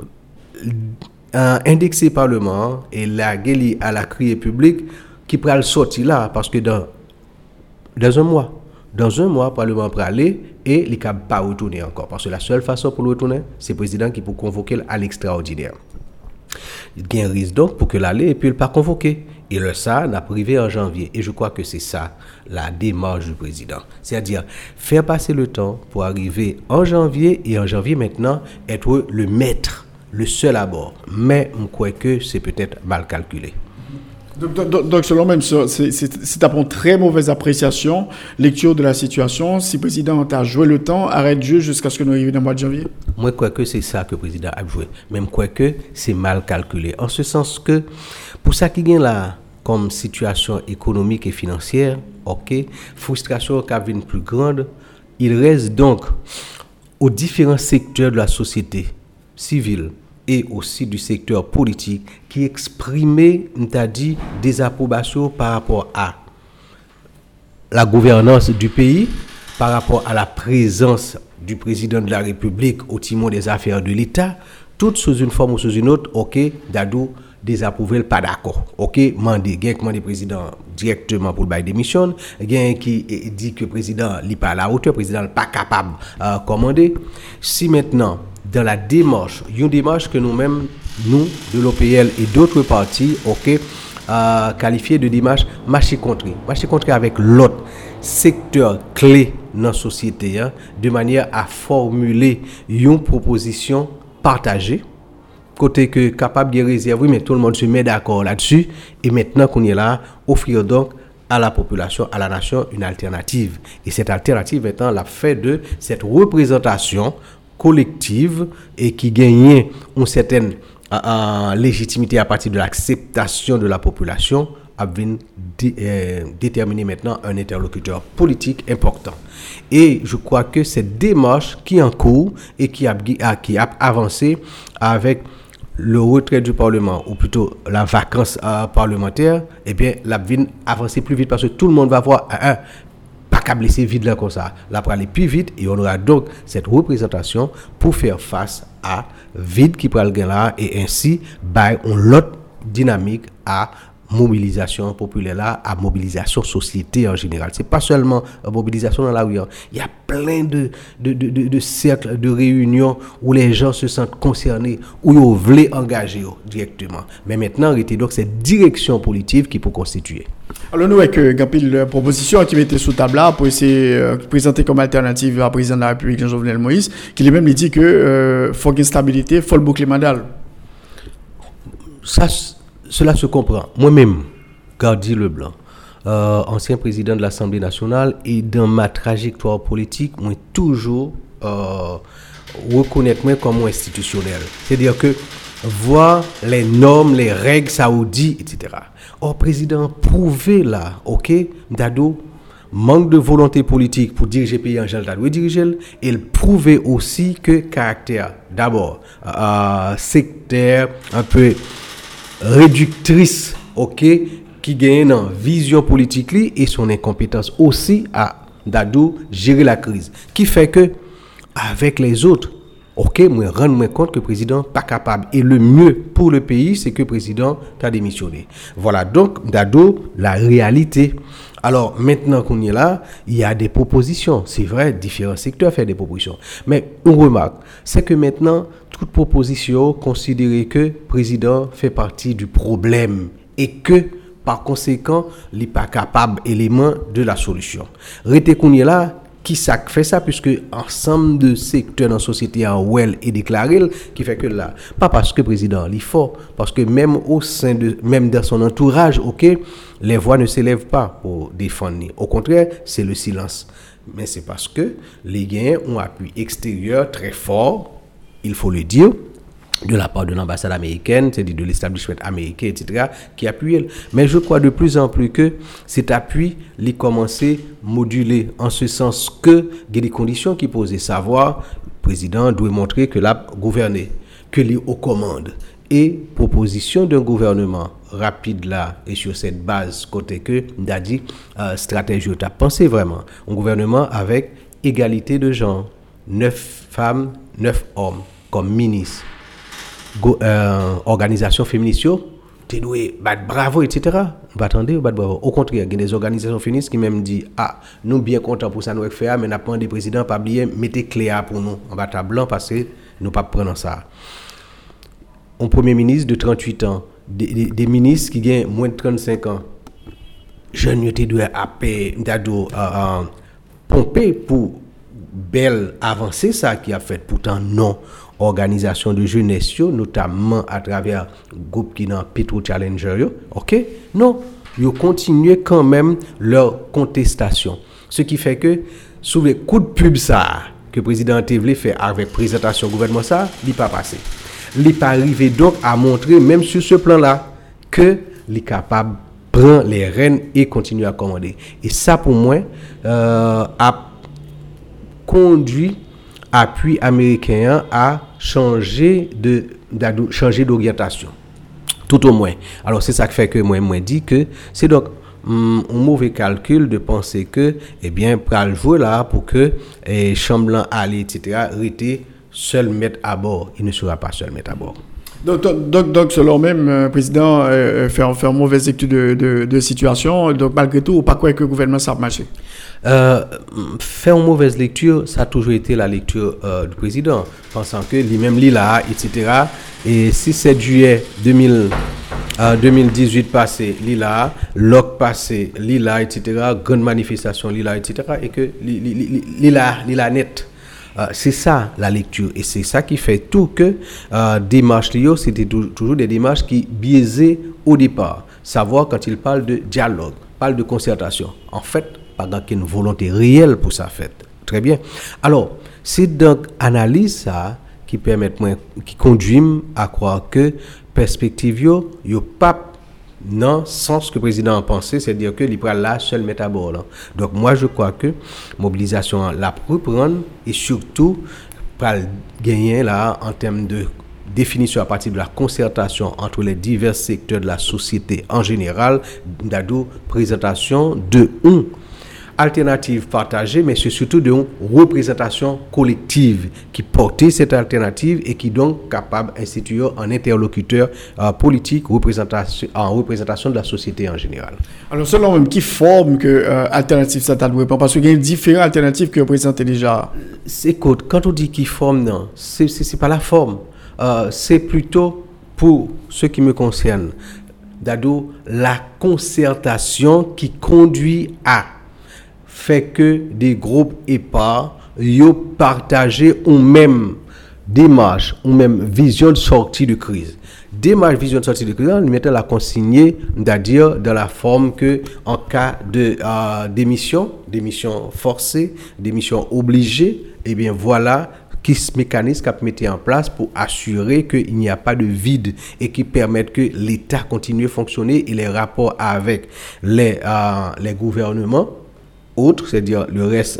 indexer parlement et la guéli à la criée publique qui pral sortir là parce que dans un mois parlement pral aller et il ne pas retourner encore parce que la seule façon pour le retourner c'est le président qui peut convoquer à l'extraordinaire. Il y a un risque donc pour que l'aller et puis il pas convoqué. Et le ça n'a privé en janvier. Et je crois que c'est ça la démarche du président. C'est-à-dire faire passer le temps pour arriver en janvier et en janvier maintenant être le maître, le seul à bord. Mais je crois que c'est peut-être mal calculé. Donc selon même, c'est à une très mauvaise appréciation, lecture de la situation. Si le président a joué le temps, arrête de jouer jusqu'à ce que nous arrivions dans le mois de janvier. Moi, je crois que c'est ça que le président a joué. Même je crois que c'est mal calculé. En ce sens que, pour ça qui vient là, comme situation économique et financière, ok, frustration qui devient plus grande, il reste donc aux différents secteurs de la société civile et aussi du secteur politique qui exprimait, t'as dit, des approbations par rapport à la gouvernance du pays, par rapport à la présence du président de la République au timon des affaires de l'État, toutes sous une forme ou sous une autre, ok, Dadou désapprouvé, pas d'accord, ok, mandé, gain commandé président directement pour le bail d'émission, gain qui dit que le président n'est pas à la hauteur, le président n'est pas capable de commander. Si maintenant, dans la démarche, une démarche que nous-mêmes, nous, de l'OPL et d'autres partis, ok, qualifiée de démarche marché contre avec l'autre secteur clé dans la société, hein, de manière à formuler une proposition partagée, côté que capable de réserver, mais tout le monde se met d'accord là-dessus, et maintenant qu'on est là, offrir donc à la population, à la nation, une alternative. Et cette alternative étant la fait de cette représentation collective et qui gagnait une certaine légitimité à partir de l'acceptation de la population a déterminer maintenant un interlocuteur politique important. Et je crois que cette démarche qui est en cours et qui a avancé avec le retrait du Parlement, ou plutôt la vacance parlementaire, eh bien, la vie avancer plus vite parce que tout le monde va voir pas qu'à blesser vide là comme ça. Là, pour aller plus vite, et on aura donc cette représentation pour faire face à vide qui prend le gain là, et ainsi, on l'autre dynamique à mobilisation populaire là, à mobilisation société en général. C'est pas seulement mobilisation dans la rue. Il y a plein de cercles, de réunions où les gens se sentent concernés, où ils veulent engager directement. Mais maintenant, il était donc cette direction politique qui peut constituer. Alors nous, avec une proposition qui mettait sous table là pour essayer de présenter comme alternative à président de la République, Jean-Jovenel Moïse, qui lui-même dit que faut qu'il y ait stabilité, faut le boucler mandal. Cela se comprend. Moi-même, Gardy Leblanc, ancien président de l'Assemblée nationale, et dans ma trajectoire politique, moi toujours reconnaître moi comme institutionnel. C'est-à-dire que voir les normes, les règles saoudies, etc. Or, président, prouvé là, ok, Dado, manque de volonté politique pour diriger le pays en général, doit diriger, et il prouvait aussi que caractère, d'abord, sectaire, un peu réductrice, ok, qui gagne en vision politique et son incompétence aussi à Dado gérer la crise, qui fait que avec les autres, ok, moi rendre compte que le président pas capable, et le mieux pour le pays c'est que le président a démissionné. Voilà donc Dado la réalité. Alors maintenant qu'on est là, il y a des propositions, c'est vrai, différents secteurs font des propositions, mais on remarque, c'est que maintenant toute proposition considère que le président fait partie du problème et que par conséquent il n'est pas capable élément de la solution. Rete qu'on est là, qui ça fait ça, puisque ensemble de secteurs dans la société en well et déclaré, qui fait que là, pas parce que le président est fort, parce que même au sein de, même dans son entourage, ok, les voix ne s'élèvent pas pour défendre. Au contraire, c'est le silence. Mais c'est parce que les gains ont un appui extérieur très fort, il faut le dire, de la part de l'ambassade américaine, c'est-à-dire de l'establishment américain, etc., qui appuie. Mais je crois de plus en plus que cet appui, il commence à moduler en ce sens que il y a des conditions qui posent savoir, le président doit montrer que l'a gouverné, que les aux commandes. Et proposition d'un gouvernement rapide là, et sur cette base, côté que, on dit, stratégie, tu as pensé vraiment, un gouvernement avec égalité de genre, 9 femmes, 9 hommes, comme ministre. Organisation féministe, tu dois battre bravo, etc. On va attendre, battre bravo. Au contraire, il y a des organisations féministes qui même disent nous bien contents pour ça, nous faire, mais n'a pas des présidents, pas oublier, mettez clair pour nous. On va tabler blanc parce que nous pas prendre ça. Un premier ministre de 38 ans, des ministres qui gagnent moins de 35 ans, jeunes qui doivent pomper pour belle avancée, ça qui a fait pourtant non. Organisation de jeunesse, notamment à travers le groupe qui est dans Petro Challenger, ok? Non, ils continuent quand même leur contestation. Ce qui fait que, sous les coups de pub ça, que le président TV fait avec présentation gouvernement ça, il n'est pas passé. Il n'est pas arrivé donc à montrer, même sur ce plan-là, qu'il est capable de prendre les rênes et continuer à commander. Et ça, pour moi, a conduit appui américain à changer d'orientation. Tout au moins. Alors, c'est ça qui fait que moi dis que c'est donc un mauvais calcul de penser que, eh bien, pral jouer là pour que Chamblan Ali, etc., rete seul mettre à bord. Il ne sera pas seul mettre à bord. Donc selon même, président faire une mauvaise lecture de situation, donc malgré tout, pas quoi que le gouvernement ça a marché. Faire une mauvaise lecture, ça a toujours été la lecture du président, pensant que lui-même lit là, etc. Et 6-7 juillet 2018 passé, lit là, LOC passé, lit là, etc. Grande manifestation, lit là, etc. Et que lit là net. C'est ça la lecture et c'est ça qui fait tout que démarches c'était toujours des démarches qui biaisaient au départ. Savoir quand il parle de dialogue, parle de concertation. En fait, pas une volonté réelle pour ça fait. Très bien. Alors, c'est donc analyse ça qui conduit à croire que perspective yo pas non, sans ce que le président a pensé, c'est-à-dire que il prend la seule mettre à bord. Là. Donc moi je crois que mobilisation la reprendre et surtout pour gagner là en termes de définition à partir de la concertation entre les divers secteurs de la société en général, d'ado présentation de alternative partagée, mais c'est surtout de représentation collective qui portait cette alternative et qui donc capable d'instituer un interlocuteur politique en représentation de la société en général. Alors selon même qui forme que alternative ça t'a doué parce qu'il y a différentes alternatives que représentaient déjà. Écoute, quand on dit qui forme, non, c'est pas la forme. C'est plutôt pour ce qui me concerne, d'ado la concertation qui conduit à fait que des groupes épars yo partager une même démarche, une même vision de sortie de crise. Démarche, vision de sortie de crise, on mettait la consigner, c'est-à-dire dans la forme que en cas de démission forcée, démission obligée, eh bien voilà qui ce mécanisme qu'a mis en place pour assurer qu'il n'y a pas de vide et qui permettent que l'État continue à fonctionner et les rapports avec les gouvernements autres, c'est-à-dire le reste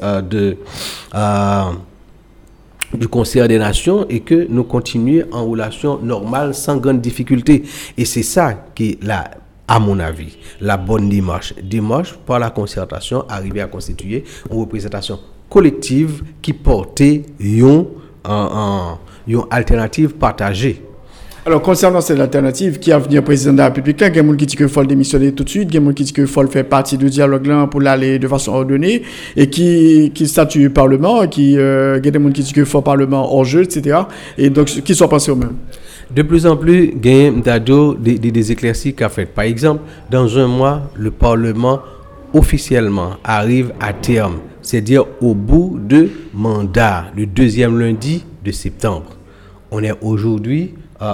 du Conseil des Nations et que nous continuons en relation normale sans grande difficulté. Et c'est ça qui est là, à mon avis, la bonne démarche. Démarche par la concertation, arriver à constituer une représentation collective qui portait une alternative partagée. Alors, concernant cette alternative, qui a venu président de la République, il y a des gens qui disent qu'il faut le démissionner tout de suite, il y a des gens qui disent qu'il faut le faire partie du dialogue là pour l'aller de façon ordonnée, et qui statue le Parlement, il y a des gens qui disent qu'il faut le Parlement hors jeu, etc. Et donc, qui sont pensés au même. De plus en plus, il y a des éclaircies qu'a fait. Par exemple, dans un mois, le Parlement officiellement arrive à terme, c'est-à-dire au bout de mandat, le 2e lundi de septembre. On est aujourd'hui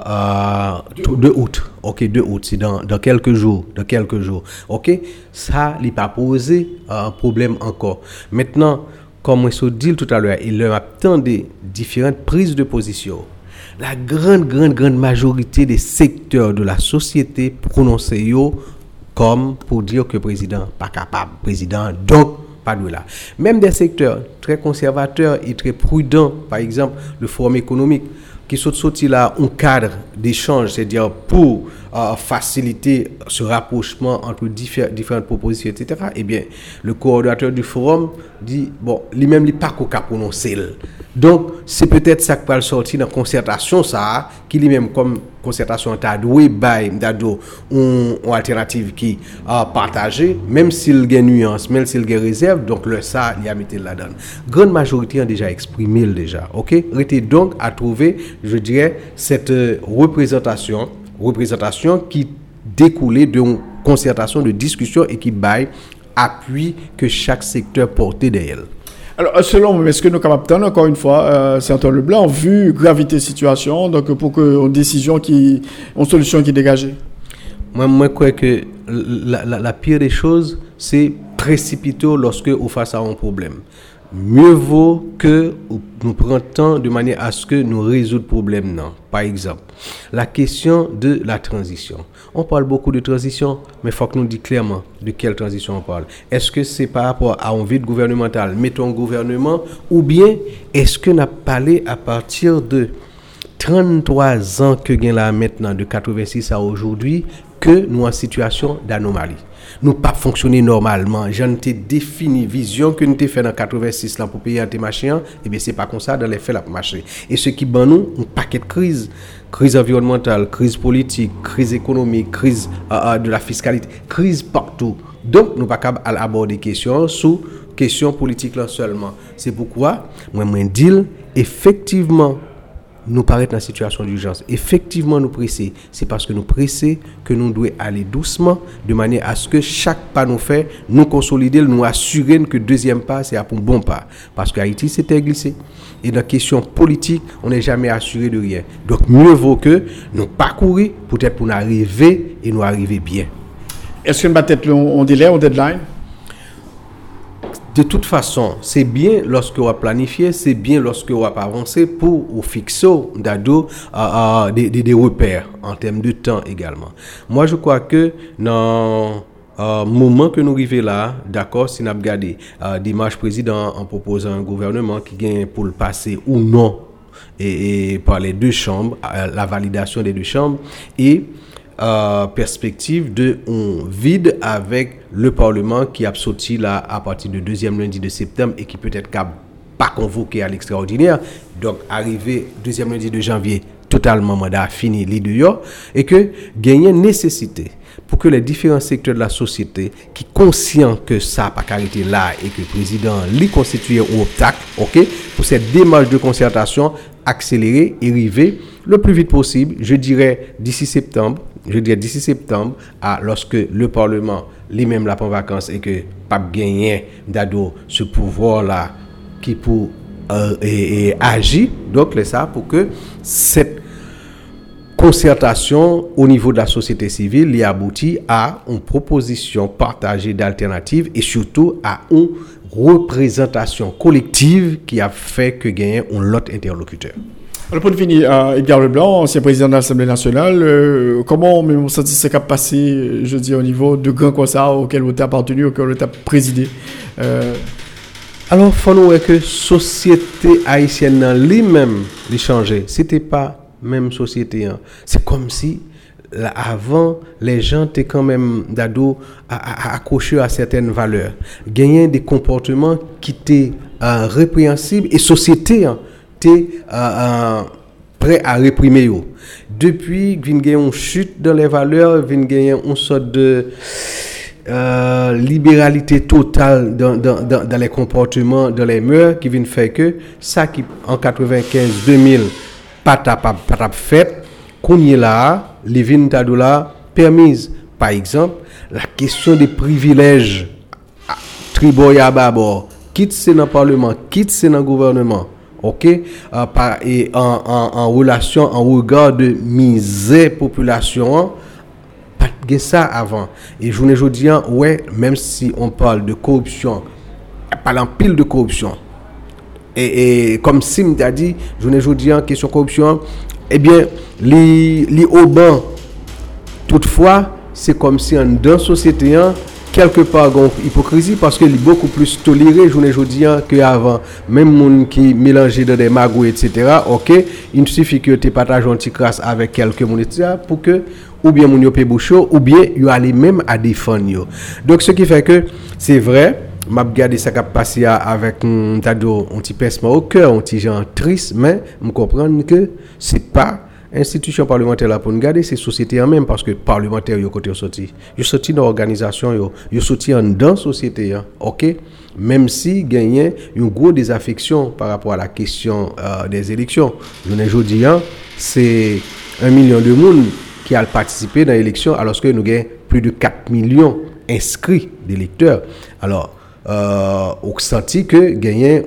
2 août. OK, 2 août, c'est dans quelques jours, OK, ça n'est pas posé un problème encore. Maintenant, comme je dit tout à l'heure, il leur attend des différentes prises de position. La grande majorité des secteurs de la société prononcent comme pour dire que le président pas capable, président donc pas de là. Même des secteurs très conservateurs et très prudents, par exemple le Forum économique qui sorti là un cadre d'échange, c'est-à-dire pour faciliter ce rapprochement entre différentes propositions, etc. Eh bien, le coordonnateur du forum dit, bon, lui-même, il n'est pas qu'au cas prononcé. Donc, c'est peut-être ça qui va sortir dans la concertation, ça, qui lui-même, comme concertation, a doué, une alternative qui a partagé, même s'il y a nuance, même s'il y a réserve, donc le ça, il y a mis là-dedans. Grande majorité a déjà exprimé déjà, ok? Restez donc à trouver, je dirais, cette représentation qui découlait d'une concertation, de discussion et qui baille appui que chaque secteur portait derrière. Alors, selon vous, est-ce que nous sommes capables d'entendre, encore une fois, Sénateur Leblanc, vu gravité de situation, donc pour une décision une solution qui est dégagée? Moi, je crois que la pire des choses, c'est précipiter lorsque on face à un problème. Mieux vaut que nous prenions temps de manière à ce que nous résoudre le problème. Non. Par exemple, la question de la transition. On parle beaucoup de transition, mais il faut que nous disions clairement de quelle transition on parle. Est-ce que c'est par rapport à un vide gouvernemental, mettons gouvernement, ou bien est-ce que nous avons parlé à partir de 33 ans que gain là maintenant, de 86 à aujourd'hui, que nous en situation d'anomalie. Nous pas fonctionner normalement. J'en ai défini vision que nous avons fait dans 86 là pour payer un machine, et bien c'est pas comme ça dans les faits la marché. Et ce qui ban nous un paquet de crises environnementale, crise politique, crise économique, crise de la fiscalité, crise partout. Donc nous pas capable aborder questions sous question politique là seulement. C'est pourquoi moi dis effectivement nous paraît dans la situation d'urgence. Effectivement, nous pressés. C'est parce que nous pressés que nous devons aller doucement, de manière à ce que chaque pas nous fait, nous consolider, nous assurer que le deuxième pas, c'est un bon pas. Parce qu'Haïti, c'était glissé. Et dans la question politique, on n'est jamais assuré de rien. Donc, mieux vaut que nous parcourir, peut-être pour nous arriver et nous arriver bien. Est-ce que nous avons un délai, un deadline? de toute façon, c'est bien lorsque on va planifier, c'est bien lorsque on va avancer pour fixer des repères en termes de temps également. Moi, je crois que dans moment que nous arrivons là, d'accord, si nous avons regardé Dimanche président en proposant un gouvernement qui gagne pour le passer ou non et par les deux chambres, la validation des deux chambres et perspective de on vide avec le Parlement qui a sorti là à partir du deuxième lundi de septembre et qui peut-être pas convoqué à l'extraordinaire. Donc arrivé deuxième lundi de janvier, totalement mandat fini les deux et que gagner nécessité pour que les différents secteurs de la société qui conscient que ça pas arrêté là et que le président lui constitue un obstacle, OK, pour cette démarche de concertation accélérée et arriver le plus vite possible, je dirais d'ici septembre, lorsque le Parlement lui-même l'a pas en vacances et que pas gagner d'ado ce pouvoir là qui pour agir, donc c'est ça pour que cette concertation au niveau de la société civile y aboutit à une proposition partagée d'alternatives et surtout à une représentation collective qui a fait que gagner un lot interlocuteur. Alors pour finir, Edgar Leblanc, ancien président de l'Assemblée nationale, comment on sent ce qui a passé, je dis, au niveau de grands conseils auxquels vous avez appartenu, auxquels vous avez présidé Alors, il faut nous dire que la société haïtienne lui-même a changé. Ce n'était pas la même société. Hein. C'est comme si, là, avant, les gens étaient quand même d'ado accrochés à certaines valeurs. Gagner des comportements qui étaient répréhensibles et la société était prêt à réprimer. Depuis, il y a une chute dans les valeurs, il y a une sorte de libéralité totale dans les comportements, dans les mœurs, qui vient faire que ça qui en 95-2000 pas fait, qu'on y est là, les vignes là permises. Par exemple, la question des privilèges tribaux à bord, quitte c'est dans le Parlement, quitte c'est dans le gouvernement. OK, et en relation, en regard de misère population, pas de ça avant. Et je ne dis ouais, même si on parle de corruption, pas en pile de corruption. Et comme Sim t'a dit, je ne dis question corruption, eh bien, les au banc, toutefois, c'est comme si dans la société, quelque part, il y a une hypocrisie parce qu'il est beaucoup plus toléré, je ne dis qu'avant. Même les gens qui mélangent dans des magouilles, etc., ok, il suffit que tu partages un petit crasse avec quelques gens pour que, ou bien mon yopé bouchot, ou bien you allez même à défendre. Donc, ce qui fait que c'est vrai, m'a regardé ça qui a passé avec un petit pincement au cœur, un petit genre triste, mais je comprends que c'est pas institution parlementaire là pour nous garder ces sociétés en même parce que parlementaire yo côté sorti dans organisation yo sorti en dans société OK, même si gagné une grosse désaffection par rapport à la question des élections. Aujourd'hui c'est 1 million de monde qui a participé dans l'élection alors que nous gagnons plus de 4 millions inscrits d'électeurs. Alors on senti que gagné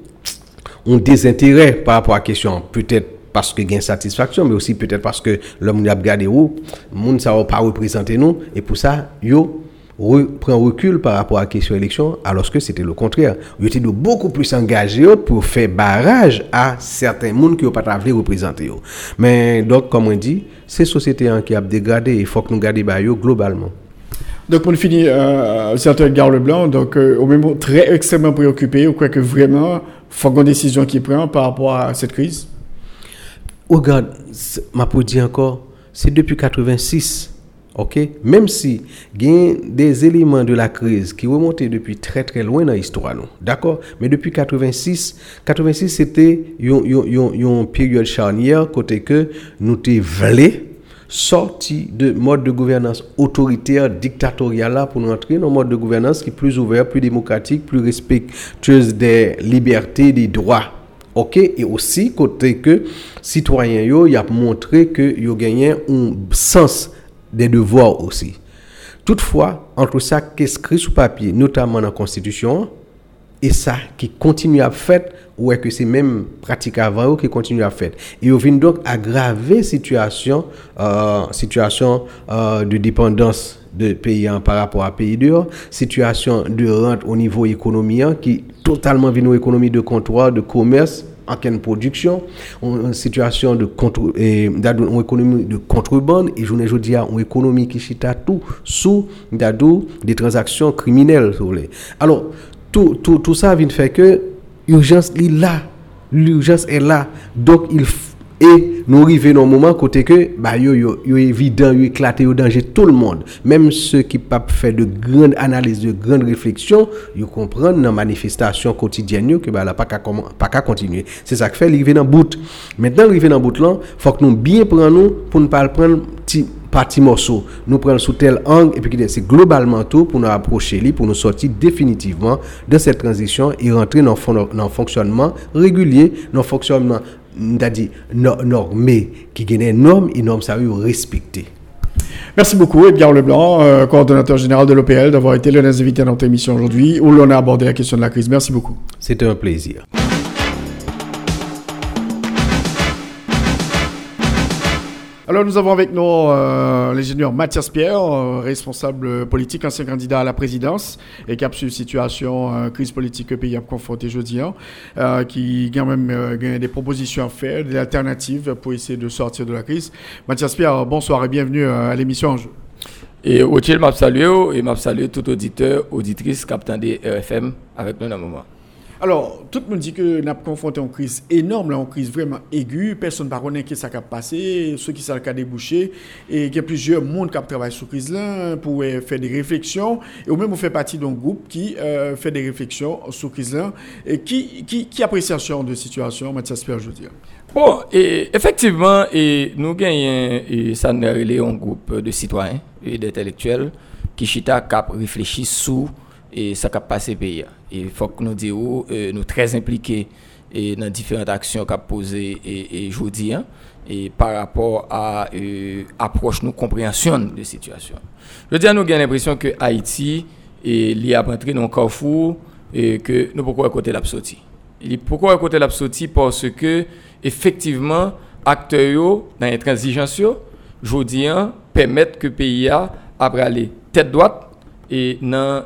un désintérêt par rapport à la question, peut-être parce que gain satisfaction, mais aussi peut-être parce que l'homme a regardé où monde ça va pas représenter nous et pour ça yo prend recul par rapport à la question élection alors que c'était le contraire. Yo était beaucoup plus engagé pour faire barrage à certains monde qui ont pas voulu représenter. Mais donc comme on dit, ces sociétés qui a dégradé, il faut que nous garder ba yo globalement. Donc, pour finir, sénateur Edgar Leblanc, donc, au même moment, très extrêmement préoccupé, ou quoi que vraiment, il faut une décision qui prend par rapport à cette crise. Regarde, ma pour dire encore, c'est depuis 86, ok? Même si il y a des éléments de la crise qui remontent depuis très très loin dans l'histoire, non? D'accord? Mais depuis 86 c'était une période charnière, côté que nous te voulons sorti de mode de gouvernance autoritaire, dictatorial là pour nous entrer dans un mode de gouvernance qui est plus ouvert, plus démocratique, plus respectueuse des libertés, des droits. OK, et aussi côté que citoyens yo y a montré que yo gagné un sens des devoirs aussi. Toutefois, entre ça qui est écrit sur papier, notamment dans la constitution, et ça qui continue à faire ou est que c'est même pratique avant qui continue à faire et on vient donc aggraver situation de dépendance de pays par rapport à pays dehors, situation de rente au niveau économique qui totalement vient une économie de comptoir, de commerce, en quelle production, une situation de une économie de contrebande et je dis une économie qui chita tout sous des transactions criminelles. Alors tout ça vient faire que l'urgence est là, donc et nous arrivons dans un moment côté que yo évident, yo éclaté au danger tout le monde, même ceux qui pas fait de grandes analyses, de grandes réflexions, ils comprennent dans manifestation quotidienne que là pas qu'à continuer. C'est ça que fait arriver dans bout. Maintenant arriver dans bout là, faut que nous bien prendre pour ne pas prendre partie morceau, nous prenons sous tel angle et puis c'est globalement tout pour nous approcher pour nous sortir définitivement de cette transition et rentrer dans le fonctionnement régulier, dans le fonctionnement normé qui gagne normes et normes ça veut respecter. Merci beaucoup Edgar Leblanc, coordonnateur général de l'OPL, d'avoir été l'un des invités dans notre émission aujourd'hui où l'on a abordé la question de la crise. Merci beaucoup. C'était un plaisir. Alors nous avons avec nous l'ingénieur Mathias Pierre, responsable politique, ancien candidat à la présidence et qui a su situation crise politique que le pays a confronté aujourd'hui, qui a même des propositions à faire, des alternatives pour essayer de sortir de la crise. Mathias Pierre, bonsoir et bienvenue à l'émission En Jeu. Et Rothschild m'a salué et m'a salué tout auditeur, auditrice, capitaine des RFM avec nous dans le moment. Alors, tout le monde dit que nous avons confronté une crise énorme, une crise vraiment aiguë. Personne ne connaît qui ça a passé, ceux qui ça a débouché. Et il y a plusieurs monde qui travaillent sur la crise là pour faire des réflexions. Et ou même, on fait partie d'un groupe qui fait des réflexions sur la crise là. Et qui appréciation de la situation, Mathias Pierre, je veux dire? Bon, et effectivement, nous gagnons, ça nous a un groupe de citoyens et d'intellectuels qui chita cap réfléchissent sur et ça qui a passé pays. Il faut que nous disions nous très impliqués dans différentes actions qu'a posées et aujourd'hui et par rapport à approche nous compréhension de la situation. Je veux dire nous avons l'impression que Haïti est à rentrer dans un carrefour et que nous pourquoi côté l'absorti. Pourquoi côté l'absorti parce que effectivement acteurs dans les transigences aujourd'hui permettent que le pays après aller tête droite et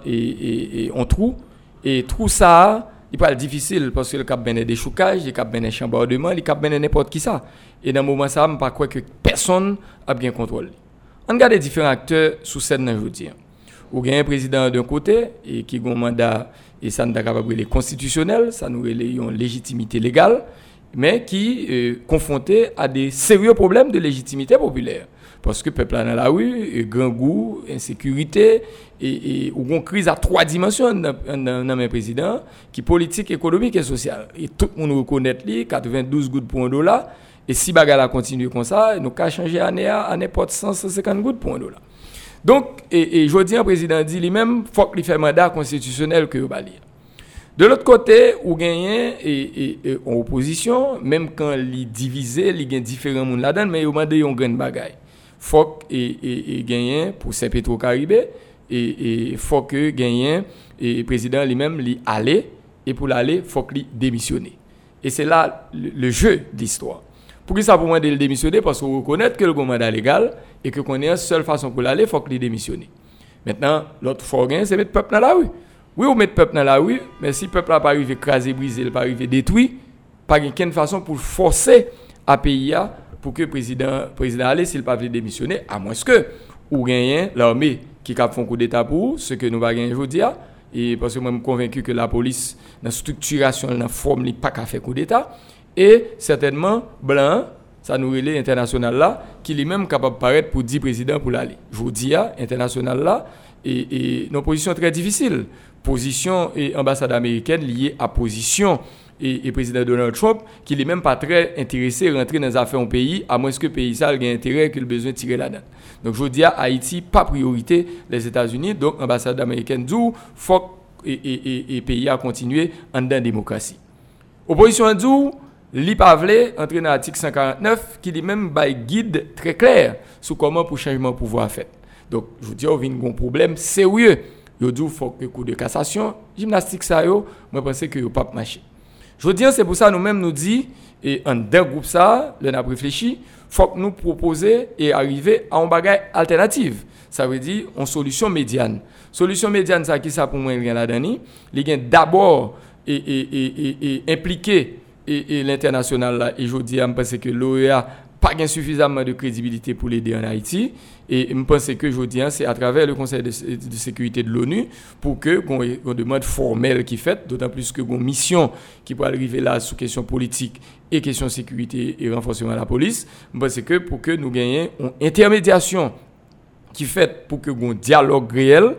on trouve et tout ça il pas difficile parce que le cap ben des choucages le cap ben des chambardements le cap ben n'importe qui ça et dans moment ça me pas croire que personne a bien contrôle on regarde les différents acteurs sous scène aujourd'hui ou gagne un président d'un côté et qui a un mandat et ça n'est pas capable de constitutionnel ça nous relève une légitimité légale mais qui confronté à des sérieux problèmes de légitimité populaire. Parce que le peuple est dans la rue, grand goût, insécurité, et une crise à 3 dimensions dans mes présidents, qui est politique, économique et sociale. Et tout le monde reconnaît 92 gouttes pour $1. Et si bagarre continue comme ça, nous pouvons changer année à n'importe 150 gouttes pour $1. Donc, et je dis, le président dit lui-même, il faut qu'il fasse mandat constitutionnel que vous baliez. De l'autre côté, ou gagnez en opposition, même quand il est divisé, il y a différents mondes là-dedans, mais il y a une grande bagaille. Faut et gagner pour Saint-Pétro-Caribé et faut que gagner et président lui-même lui aller et pour l'aller faut qu'il démissionne. Et c'est là le jeu d'histoire. Pour qui ça pour moi de le démissionner parce qu'on reconnaît que le mandat légal et que qu'on est une seule façon pour l'aller faut qu'il démissionne. Maintenant, l'autre faut gagner c'est mettre peuple dans la rue. Oui, on met le peuple dans la rue, mais si le peuple n'a pas arrivé écrasé, brisé, il pas arrivé détruit, pas de façon pour forcer à payer pour que le président allait s'il pas veut démissionner, à moins que ou gagne l'armée qui a fait un coup d'état pour ce que nous va gagner aujourd'hui et parce que moi je suis convaincu que la police dans la structuration dans la forme n'est pas qu'à faire coup d'état et certainement blanc ça nous relève international là qui est même capable de paraître pour 10 présidents pour l'aller. Je vous dis international là et nos positions très difficiles. Position et ambassade américaine liée à position et président Donald Trump qui n'est même pas très intéressé à rentrer dans les affaires au pays à moins que le pays ça ait intérêt qu'il ait besoin de tirer là-dedans. Donc je dis à Haïti pas priorité les États-Unis donc ambassade américaine dit faut et pays à continuer en dans démocratie. Opposition dit li pa vle entrer dans l'article 149 qui dit même bail guide très clair sur comment pour changement pouvoir fait. Donc je vous dis on vient un problème sérieux. Yo dit faut que coup de cassation, gymnastique ça yo, moi pense que yo pas marcher. Je veux dire, c'est pour ça nous-mêmes nous dit, et en d'un groupe ça, on a réfléchi, faut que nous proposer et arriver à un bagage alternative. Ça veut dire une solution médiane. Solution médiane, ça qui ça pour moi, il y a là-dedans. Il y a d'abord et impliquer et l'international là. Et je dis, je pense que l'OEA pas suffisamment de crédibilité pour l'aider en Haïti. Et je pense que je dis, c'est à travers le Conseil de sécurité de l'ONU pour que qu'on demande formelle qui fait, d'autant plus que une mission qui peut arriver là sous question politique et question sécurité et renforcement de la police. Je pense que pour que nous gagnions une intermédiation qui fait pour que un dialogue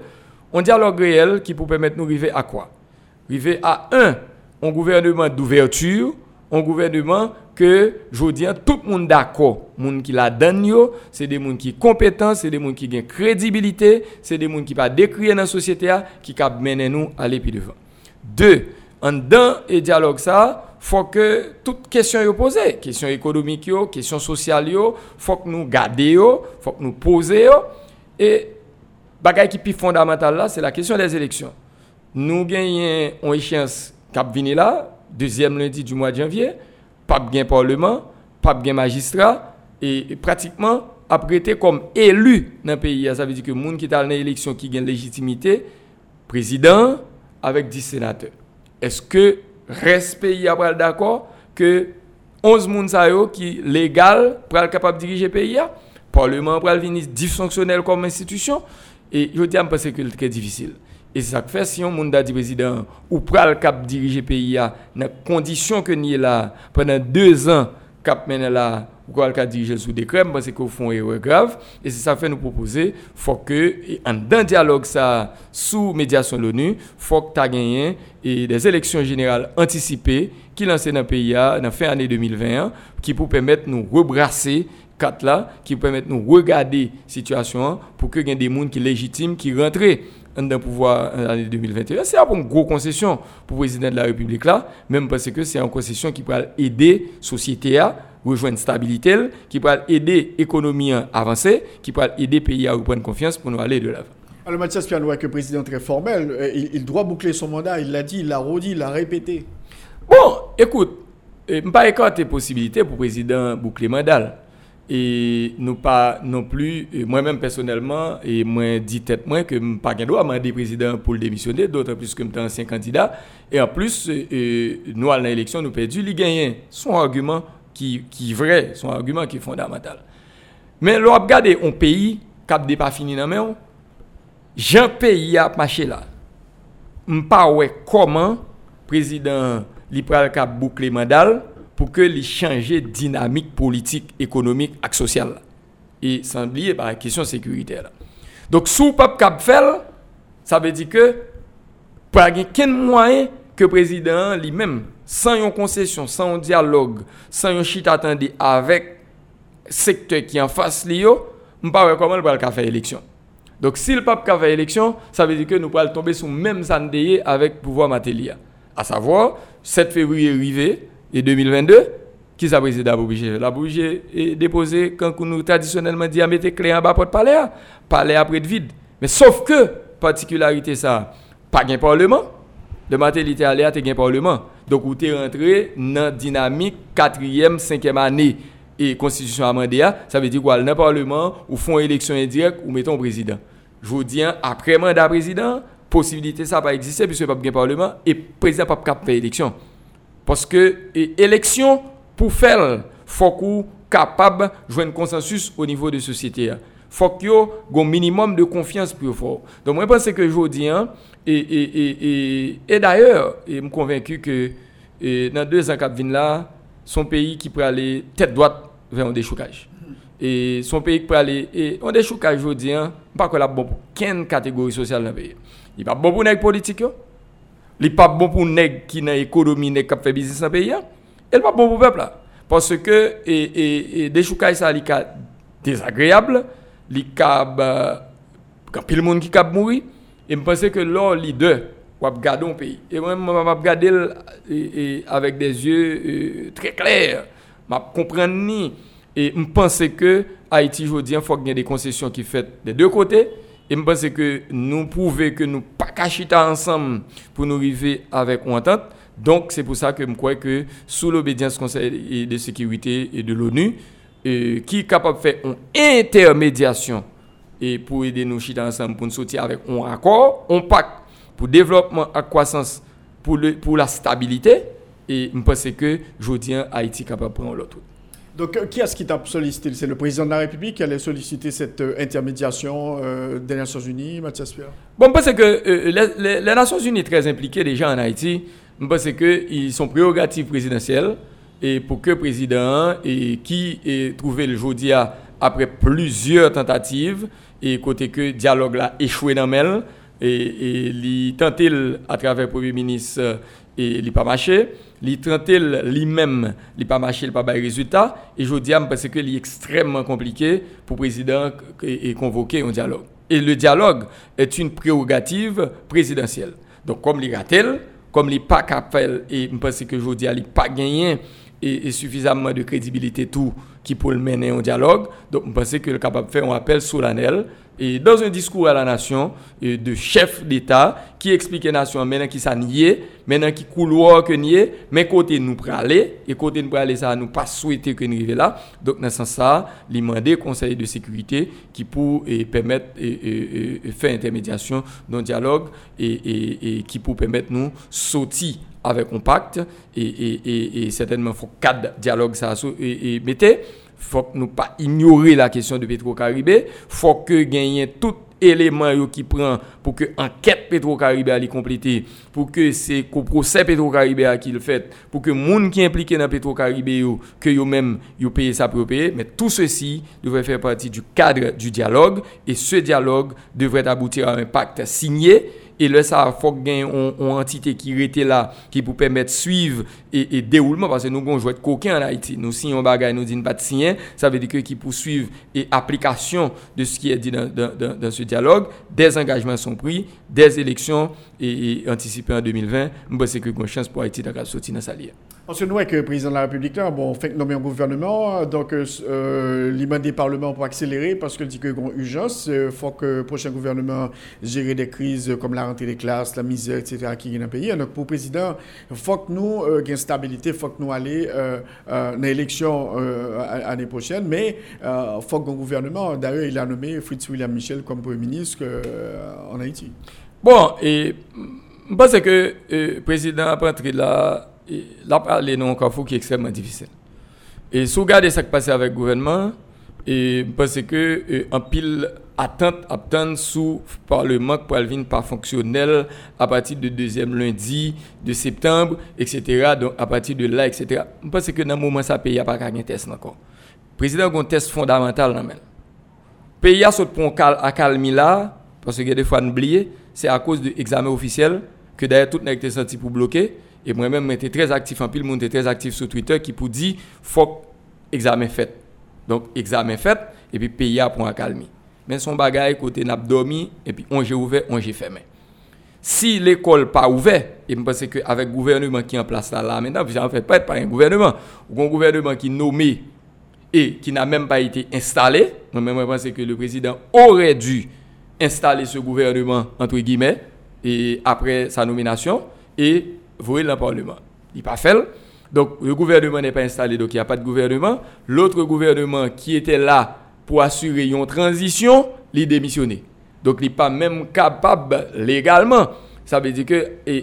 réel qui peut permettre nous arriver à quoi? Arriver à un gouvernement d'ouverture, un gouvernement que je dis tout le monde d'accord, monde qui la donne c'est des monde qui compétents, c'est des monde qui gagnent crédibilité, c'est des monde qui pas décrier dans la société qui cap mener nous aller plus devant. 2, en dedans et dialogue ça, faut que toute question yo posée, question économique yo, question sociale yo, faut que nous garder yo, faut que nous poser yo. Et bagay qui plus fondamental là, c'est la question des élections. Nous gagnons une échéance cap venir là, deuxième lundi du mois de janvier, pas de parlement, pas de magistrat et pratiquement apprêté comme élu dans le pays. Ça veut dire que les gens qui sont dans l'élection qui gagnent légitimité, président avec 10 sénateurs. Est-ce que reste pays après d'accord que 11 personnes qui sont légales pour être capable de diriger le pays? Parlement pour venir dysfonctionnel comme institution et je dis que c'est très difficile. Et c'est ça que fait si on monde dit président ou pral cap diriger pays dans condition que ni là pendant 2 ans cap mener là ou cap diriger sous décret parce qu'au fond erreur grave et c'est ça fait nous proposer faut que en dans dialogue ça sous médiation de l'ONU faut que tu gagné et des élections générales anticipées qui lancées dans le pays dans fin année 2021 qui pour permettre nous rebrasser là qui permettent nous regarder situation pour que gagne des monde qui légitimes qui rentrent dans le pouvoir en l'année 2021. C'est une grosse concession pour le président de la République là, même parce que c'est une concession qui peut aider la société à rejoindre stabilité, qui peut aider l'économie à avancer, qui peut aider le pays à reprendre confiance pour nous aller de l'avant. Alors Mathias Piano est un président très formel, il doit boucler son mandat, il l'a dit, il l'a redit, il l'a répété. Bon, écoute, je ne pas écarter possibilité pour le président boucler mandat. Et nous pas non plus moi-même personnellement et moi dit tête moi que pas gain droit demander président pour le démissionner d'autant plus que m'étant ancien candidat et en plus nous à l'élection nous perdu il gagne son argument qui vrai son argument qui est fondamental mais l'on regarder un pays qui pas fini dans main Jean pays a marché là m'pas ouais comment président li pral cap boucler mandat pour que les changer dynamique politique, économique et sociale. Et sans oublier par la question sécuritaire. Donc, sous pape cap faire, ça veut dire que pas aucun moyen que le président lui-même, sans une concession, sans un dialogue, sans un chit attendu avec le secteur qui en face lui, on ne pas comment il va faire élection. Donc, si le pape fait élection, ça veut dire que nous pourrons tomber sur le même sandé avec le pouvoir matériel. À savoir, 7 février arrivé, et 2022, qui s'est président obligé? La obligé est déposé quand nous traditionnellement dit à mettre clé en bas pour le palais après de vide. Mais sauf que, particularité ça, pas de parlement, de matérialité aléa, tu as un parlement. Donc, vous êtes rentré dans la dynamique 4e, 5e année et constitution amendée, ça veut dire quoi? Dans le parlement, ou font élection indirecte, ou mettons président. Je vous dis, après mandat président, possibilité ça pas exister puisque pas de parlement et président pas cap faire élection. Parce que élection pour faire faut qu'on capable de jouer un consensus au niveau de la société. Faut qu'il y ait un minimum de confiance plus fort. Donc moi je pense que je dis et d'ailleurs je suis convaincu que dans 2 ans qui viennent là, son pays qui peut aller tête droite vers un déchoucage. Et son pays qui peut aller et un déchoucage je dis pas que la bon pour quelle catégorie sociale dans le pays. Il pas bon pour les politiques. Il n'est pas bon pour les gens qui dans l'économie qui fait business dans le pays. Il n'est pas bon pour le peuple. Parce que des choucailles, ça est désagréable. Il y a plus de monde qui a mouru. Et je pense que leur leader va regarder un pays. Et moi, je vais regarder avec des yeux très clairs. Je comprends. Et je pense que Haïti, aujourd'hui, il faut qu'il y ait des concessions qui sont faites des deux côtés. Et je pense que nous prouvons que nous ne pouvons pas cacher ensemble pour nous arriver avec une entente. Donc c'est pour ça que je crois que sous l'obédience Conseil de sécurité et de l'ONU, qui est capable de faire une intermédiation et pour aider nous chiter ensemble pour nous sortir avec un accord, un pacte pour développement et croissance pour la stabilité, et je pense que aujourd'hui Haïti est capable de prendre l'autre. Donc, qui est-ce qui t'a sollicité? C'est le président de la République qui allait solliciter cette intermédiation des Nations Unies, Mathias Pierre? Bon, je pense que les Nations Unies sont très impliquées déjà en Haïti. Je pense qu'ils sont prérogatives présidentielles et pour que le président qui est trouvé le jeudi après plusieurs tentatives et côté que le dialogue a échoué dans le et il tenté à travers le Premier ministre et il n'a pas marché. Il tenté lui-même, il n'a pas marché, il n'a pas eu de résultat. Et je dis parce que c'est extrêmement compliqué pour le président et convoquer un dialogue. Et le dialogue est une prérogative présidentielle. Donc comme il raté, comme il n'est pas capable, et je pense que je dis il n'a pas gagné et suffisamment de crédibilité tout qui peut le mener un dialogue. Donc je pense qu'il est capable de faire un appel solennel. Et dans un discours à la nation de chef d'État qui explique à la nation maintenant qui ça nié, maintenant qui couloir que nié, mais côté nous praler et côté nous praler ça nous pas souhaiter que nous arriver là. Donc dans ce sens ça, il demander conseil de sécurité qui pour permettre faire intermédiation dans le dialogue et qui pour permettre nous sortir avec un pacte et certainement faut cadre dialogue ça et mettez faut que nous pas ignorer la question de Petro-Caribé, faut que gagner tout élément qui prend pour que enquête Petro-Caribé ali compléter, pour que c'est qu'au procès Petro-Caribé qui le fait, pour que monde qui impliqué dans Petro-Caribé que yo même yo payer ça pour payer, mais tout ceci devrait faire partie du cadre du dialogue et ce dialogue devrait aboutir à un pacte signé. Et là, ça faut gagner une entité qui était là, qui pour permettre de suivre et déroulement, parce que nous avons joué de coquin en Haïti. Nous, si on bagaille, nous disons pas de signer, ça veut dire que qui poursuivent et application de ce qui est dit dans ce dialogue, des engagements sont pris, des élections et anticipées en 2020. Je pense que une chance pour Haïti de sortir dans sa ligne. Parce que nous, avec le président de la République, là, bon, on fait nommer un gouvernement, donc l'imam des parlements pour accélérer, parce que dit que une urgence, il faut que le prochain gouvernement gère des crises comme la rentrée des classes, la misère, etc., qui est dans le pays. Donc pour le président, il faut que nous ayons une stabilité, il faut que nous allions dans l'élection l'année prochaine, mais il faut qu'un gouvernement, d'ailleurs, il a nommé Fritz William Michel comme Premier ministre en Haïti. Bon, et je pense que le président a rentré là. Là, parler non Carrefour qui est extrêmement difficile. Et si vous regardez ce qui passe avec le gouvernement, et parce que en pile attente sous Parlement pour venir pas fonctionnel à partir du deuxième lundi de septembre, etc. Donc à partir de là, etc. Je pense que dans le moment ça pays a pas gagné test encore. Le président a un test fondamental dans le pays a sauté pour à calmer là parce que des fois on oublie, c'est à cause de l'examen officiel que d'ailleurs tout n'a été senti pour bloquer. Et moi-même, j'étais très actif, en pile, monde était très actif sur Twitter qui pour dire faut examen fait. Donc, examen fait, et puis pays a pour calmer. Mais son bagage, côté n'a dormi, et puis on j'ai ouvert, on j'ai fermé. Si l'école pas ouvert, et je pense qu'avec le gouvernement qui est en place là maintenant, en fait, pas un gouvernement, ou un gouvernement qui est nommé et qui n'a même pas été installé, moi-même, je pense que le président aurait dû installer ce gouvernement, entre guillemets, et après sa nomination, et voyez le Parlement. Il n'est pas fait. Donc, le gouvernement n'est pas installé, donc il n'y a pas de gouvernement. L'autre gouvernement qui était là pour assurer une transition, il est démissionné. Donc, il n'est pas même capable légalement. Ça veut dire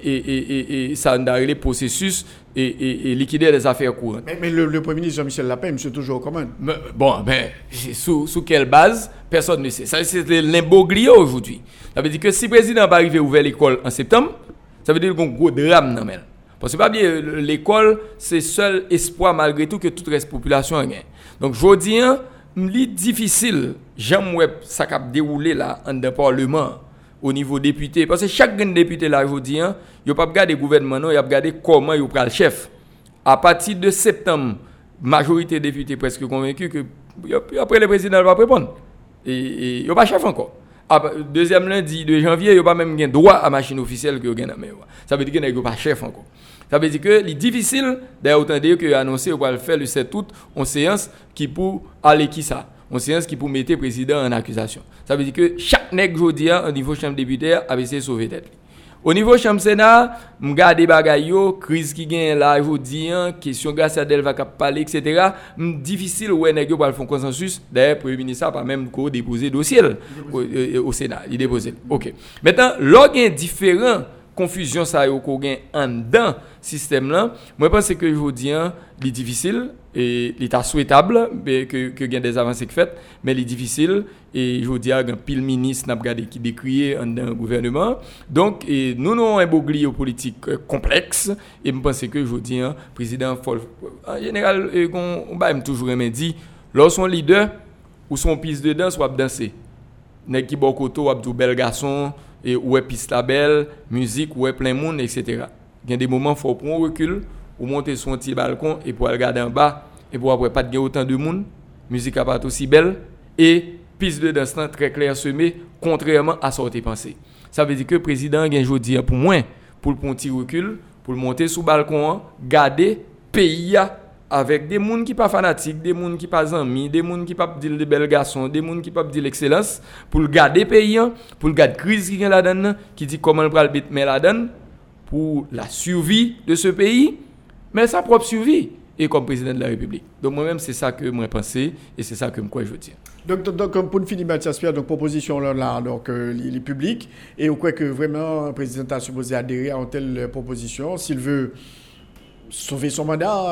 que ça a les processus et liquider les affaires courantes. Mais le Premier ministre Jean-Michel Lapin, monsieur toujours aux commandes. Bon, sous quelle base, personne ne sait. Ça, c'est l'imbroglio aujourd'hui. Ça veut dire que si le président va arriver à ouvrir l'école en septembre, ça veut dire qu'il y a un gros drame dans le. Parce que pas bien l'école, c'est le seul espoir malgré tout que toute reste population a gagné. Donc je dis, c'est difficile, j'aime ça qui a déroulé là dans le Parlement au niveau député. Parce que chaque député là, je dis, il n'y a pas regardé le gouvernement, il a regardé comment il prend le chef. À partir de septembre, majorité des députés presque convaincus que après le président ne va pas répondre. Et il n'y a pas chef encore. Deuxième lundi de janvier, il n'y a pas même droit à machine officielle que vous avez. Ça veut dire qu'il n'y a pas chef encore. Ça veut dire que c'est difficile, d'ailleurs, autant dire que annoncer, on va le faire le 7 août, en séance qui pour aller qui ça? En séance qui pour mettre le président en accusation. Ça veut dire que chaque nègre aujourd'hui, au niveau chambre député, a essayé de sauver tête. Au niveau chambre Sénat, m'garder bagay yo, crise qui gagne là aujourd'hui, question Garcia Delva qui a parlé etc. Difficile ouais nèg yo pour faire consensus. D'ailleurs premier ministre a pas même ko déposer dossier au Sénat, il déposer. OK. Maintenant, log différent confusion ça yo ko gen en dedans système là, moi pense que aujourd'hui il difficile et l'état souhaitable que gain des avancées que fait, mais il difficile et je dis a un pile ministre n'a regardé qui décrié en dans gouvernement. Donc et nous avons un boglier politique complexe et me pense que je dis président en général on va toujours me dit lorsqu'on leader ou son piste de danse ou à danser. Nèg qui bon koto ou abdou bel garçon et ouais piste la belle, musique ouais plein monde etc. Il y a des moments faut prendre recul ou monter sur un petit balcon et pour regarder en bas et pour après pas de autant de monde, musique a pas aussi belle et piste de danse très clair semé contrairement à ce que tu pensé. Ça veut dire que le président gagne jodi pour moins pour le petit recul, pour monter sous balcon, garder pays avec des gens qui pas fanatiques, des gens qui pas amis, des gens qui pas dire de belles garçons, des gens qui pas dire l'excellence pour garder pays, pour garder crise qui gagne là-dedans, qui dit comment le pral mettre là-dedans pour la survie de ce pays, mais sa propre survie et comme président de la République. Donc moi-même c'est ça que moi pensé et c'est ça que moi je veux dire. Donc pour finir Mathias Pierre, donc proposition là donc les publics et on croit que vraiment le président a supposé adhérer à une telle proposition s'il veut sauver son mandat.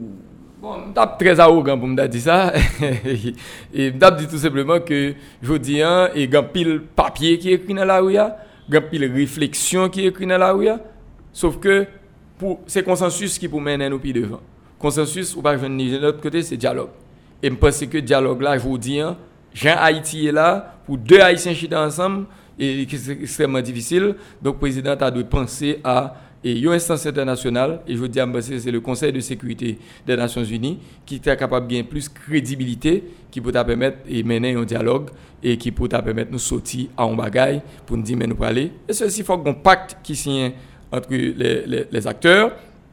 Bon, je suis très arrogant pour me dire ça. Et je dis tout simplement que je dis, il y a pile papier qui est écrit dans la rue, il y a pile réflexion qui est écrit dans la rue, sauf que c'est consensus qui peut mener nous plus devant. Consensus, ou pas de l'autre côté, c'est dialogue. Et je pense que dialogue là, je vous dis, Jean Haïti est là, pour deux Haïtiens chiter ensemble, et c'est extrêmement difficile. Donc le président a dû penser à une instance internationale, et je veux dire, c'est le Conseil de sécurité des Nations Unies, qui est capable de gagner plus de crédibilité, qui peut permettre de mener un dialogue, et qui peut permettre de nous sortir à un bagaille, pour nous dire, mais nous parler. Et ceci, il faut qu'on pacte qui signe entre les acteurs,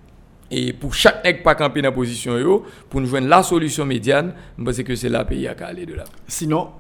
et pour chaque nègre pas camper dans la position, pour nous joindre la solution médiane, je pense que c'est là le pays à aller de là. Sinon,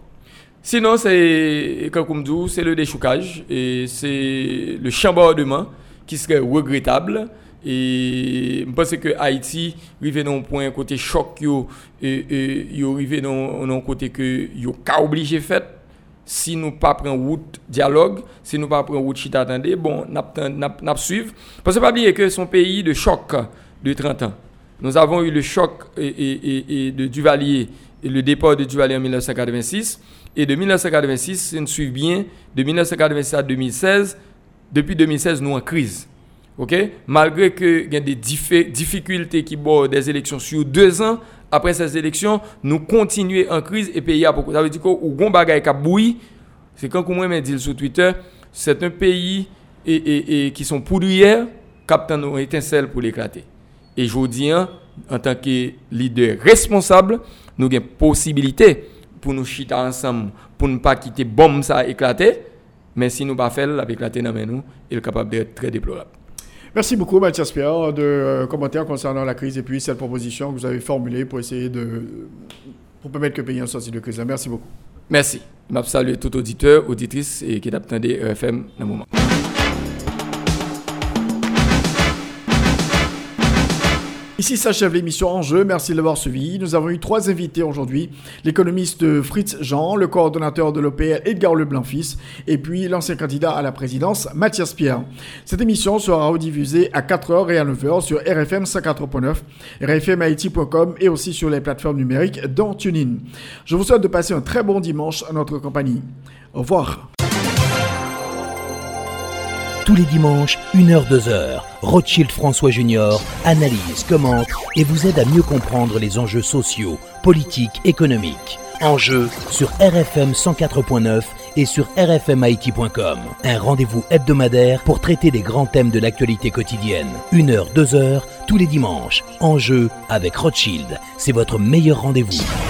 c'est, comme dit, c'est le déchoucage, et c'est le chambardement, qui serait regrettable et je pense que Haïti arrive dans un point côté choc yo arrive dans un côté que yo ka obligé fait si nous pas prend route dialogue si nous pas prend route chita attendez bon n'a suivre parce que pas oublier que son pays de choc de 30 ans nous avons eu le choc et de Duvalier et le départ de Duvalier en 1986 et de 1986 si nous suivons bien de 1986 à 2016. Depuis 2016, nous en crise. OK? Malgré que il y a des difficultés qui bordent des élections sur 2 ans, après ces élections, nous continuons en crise et pays a beaucoup. Ça veut dire que ou gon bagay ka bouilli, c'est quand moi me dit sur Twitter, c'est un pays et qui sont poudrières, captant nos étincelles pour l'éclater. Et je dis en tant que leader responsable, nous avons possibilité pour nous chiter ensemble, pour ne pas quitter bombe ça éclater. Mais si nous ne pas faire, la éclater dans nous, il est capable d'être très déplorable. Merci beaucoup Mathias Pierre de commentaires concernant la crise et puis cette proposition que vous avez formulée pour essayer pour permettre que le pays en sorte de crise. Merci beaucoup. Merci. Je salue tout auditeur, auditrice et qui attendait RFM dans le moment. Ici s'achève l'émission Enjeu, merci de l'avoir suivi. Nous avons eu 3 invités aujourd'hui, l'économiste Fritz Jean, le coordonnateur de l'OPL Edgar Leblanc-Fils et puis l'ancien candidat à la présidence Mathias Pierre. Cette émission sera rediffusée à 4h et à 9h sur RFM 104.9, rfmhaiti.com et aussi sur les plateformes numériques dont TuneIn. Je vous souhaite de passer un très bon dimanche à notre compagnie. Au revoir. Tous les dimanches, 1h, 2h, Rothschild François Junior analyse, commente et vous aide à mieux comprendre les enjeux sociaux, politiques, économiques. Enjeux sur RFM 104.9 et sur rfmhaiti.com. Un rendez-vous hebdomadaire pour traiter des grands thèmes de l'actualité quotidienne. 1h, 2h, tous les dimanches. Enjeux avec Rothschild. C'est votre meilleur rendez-vous.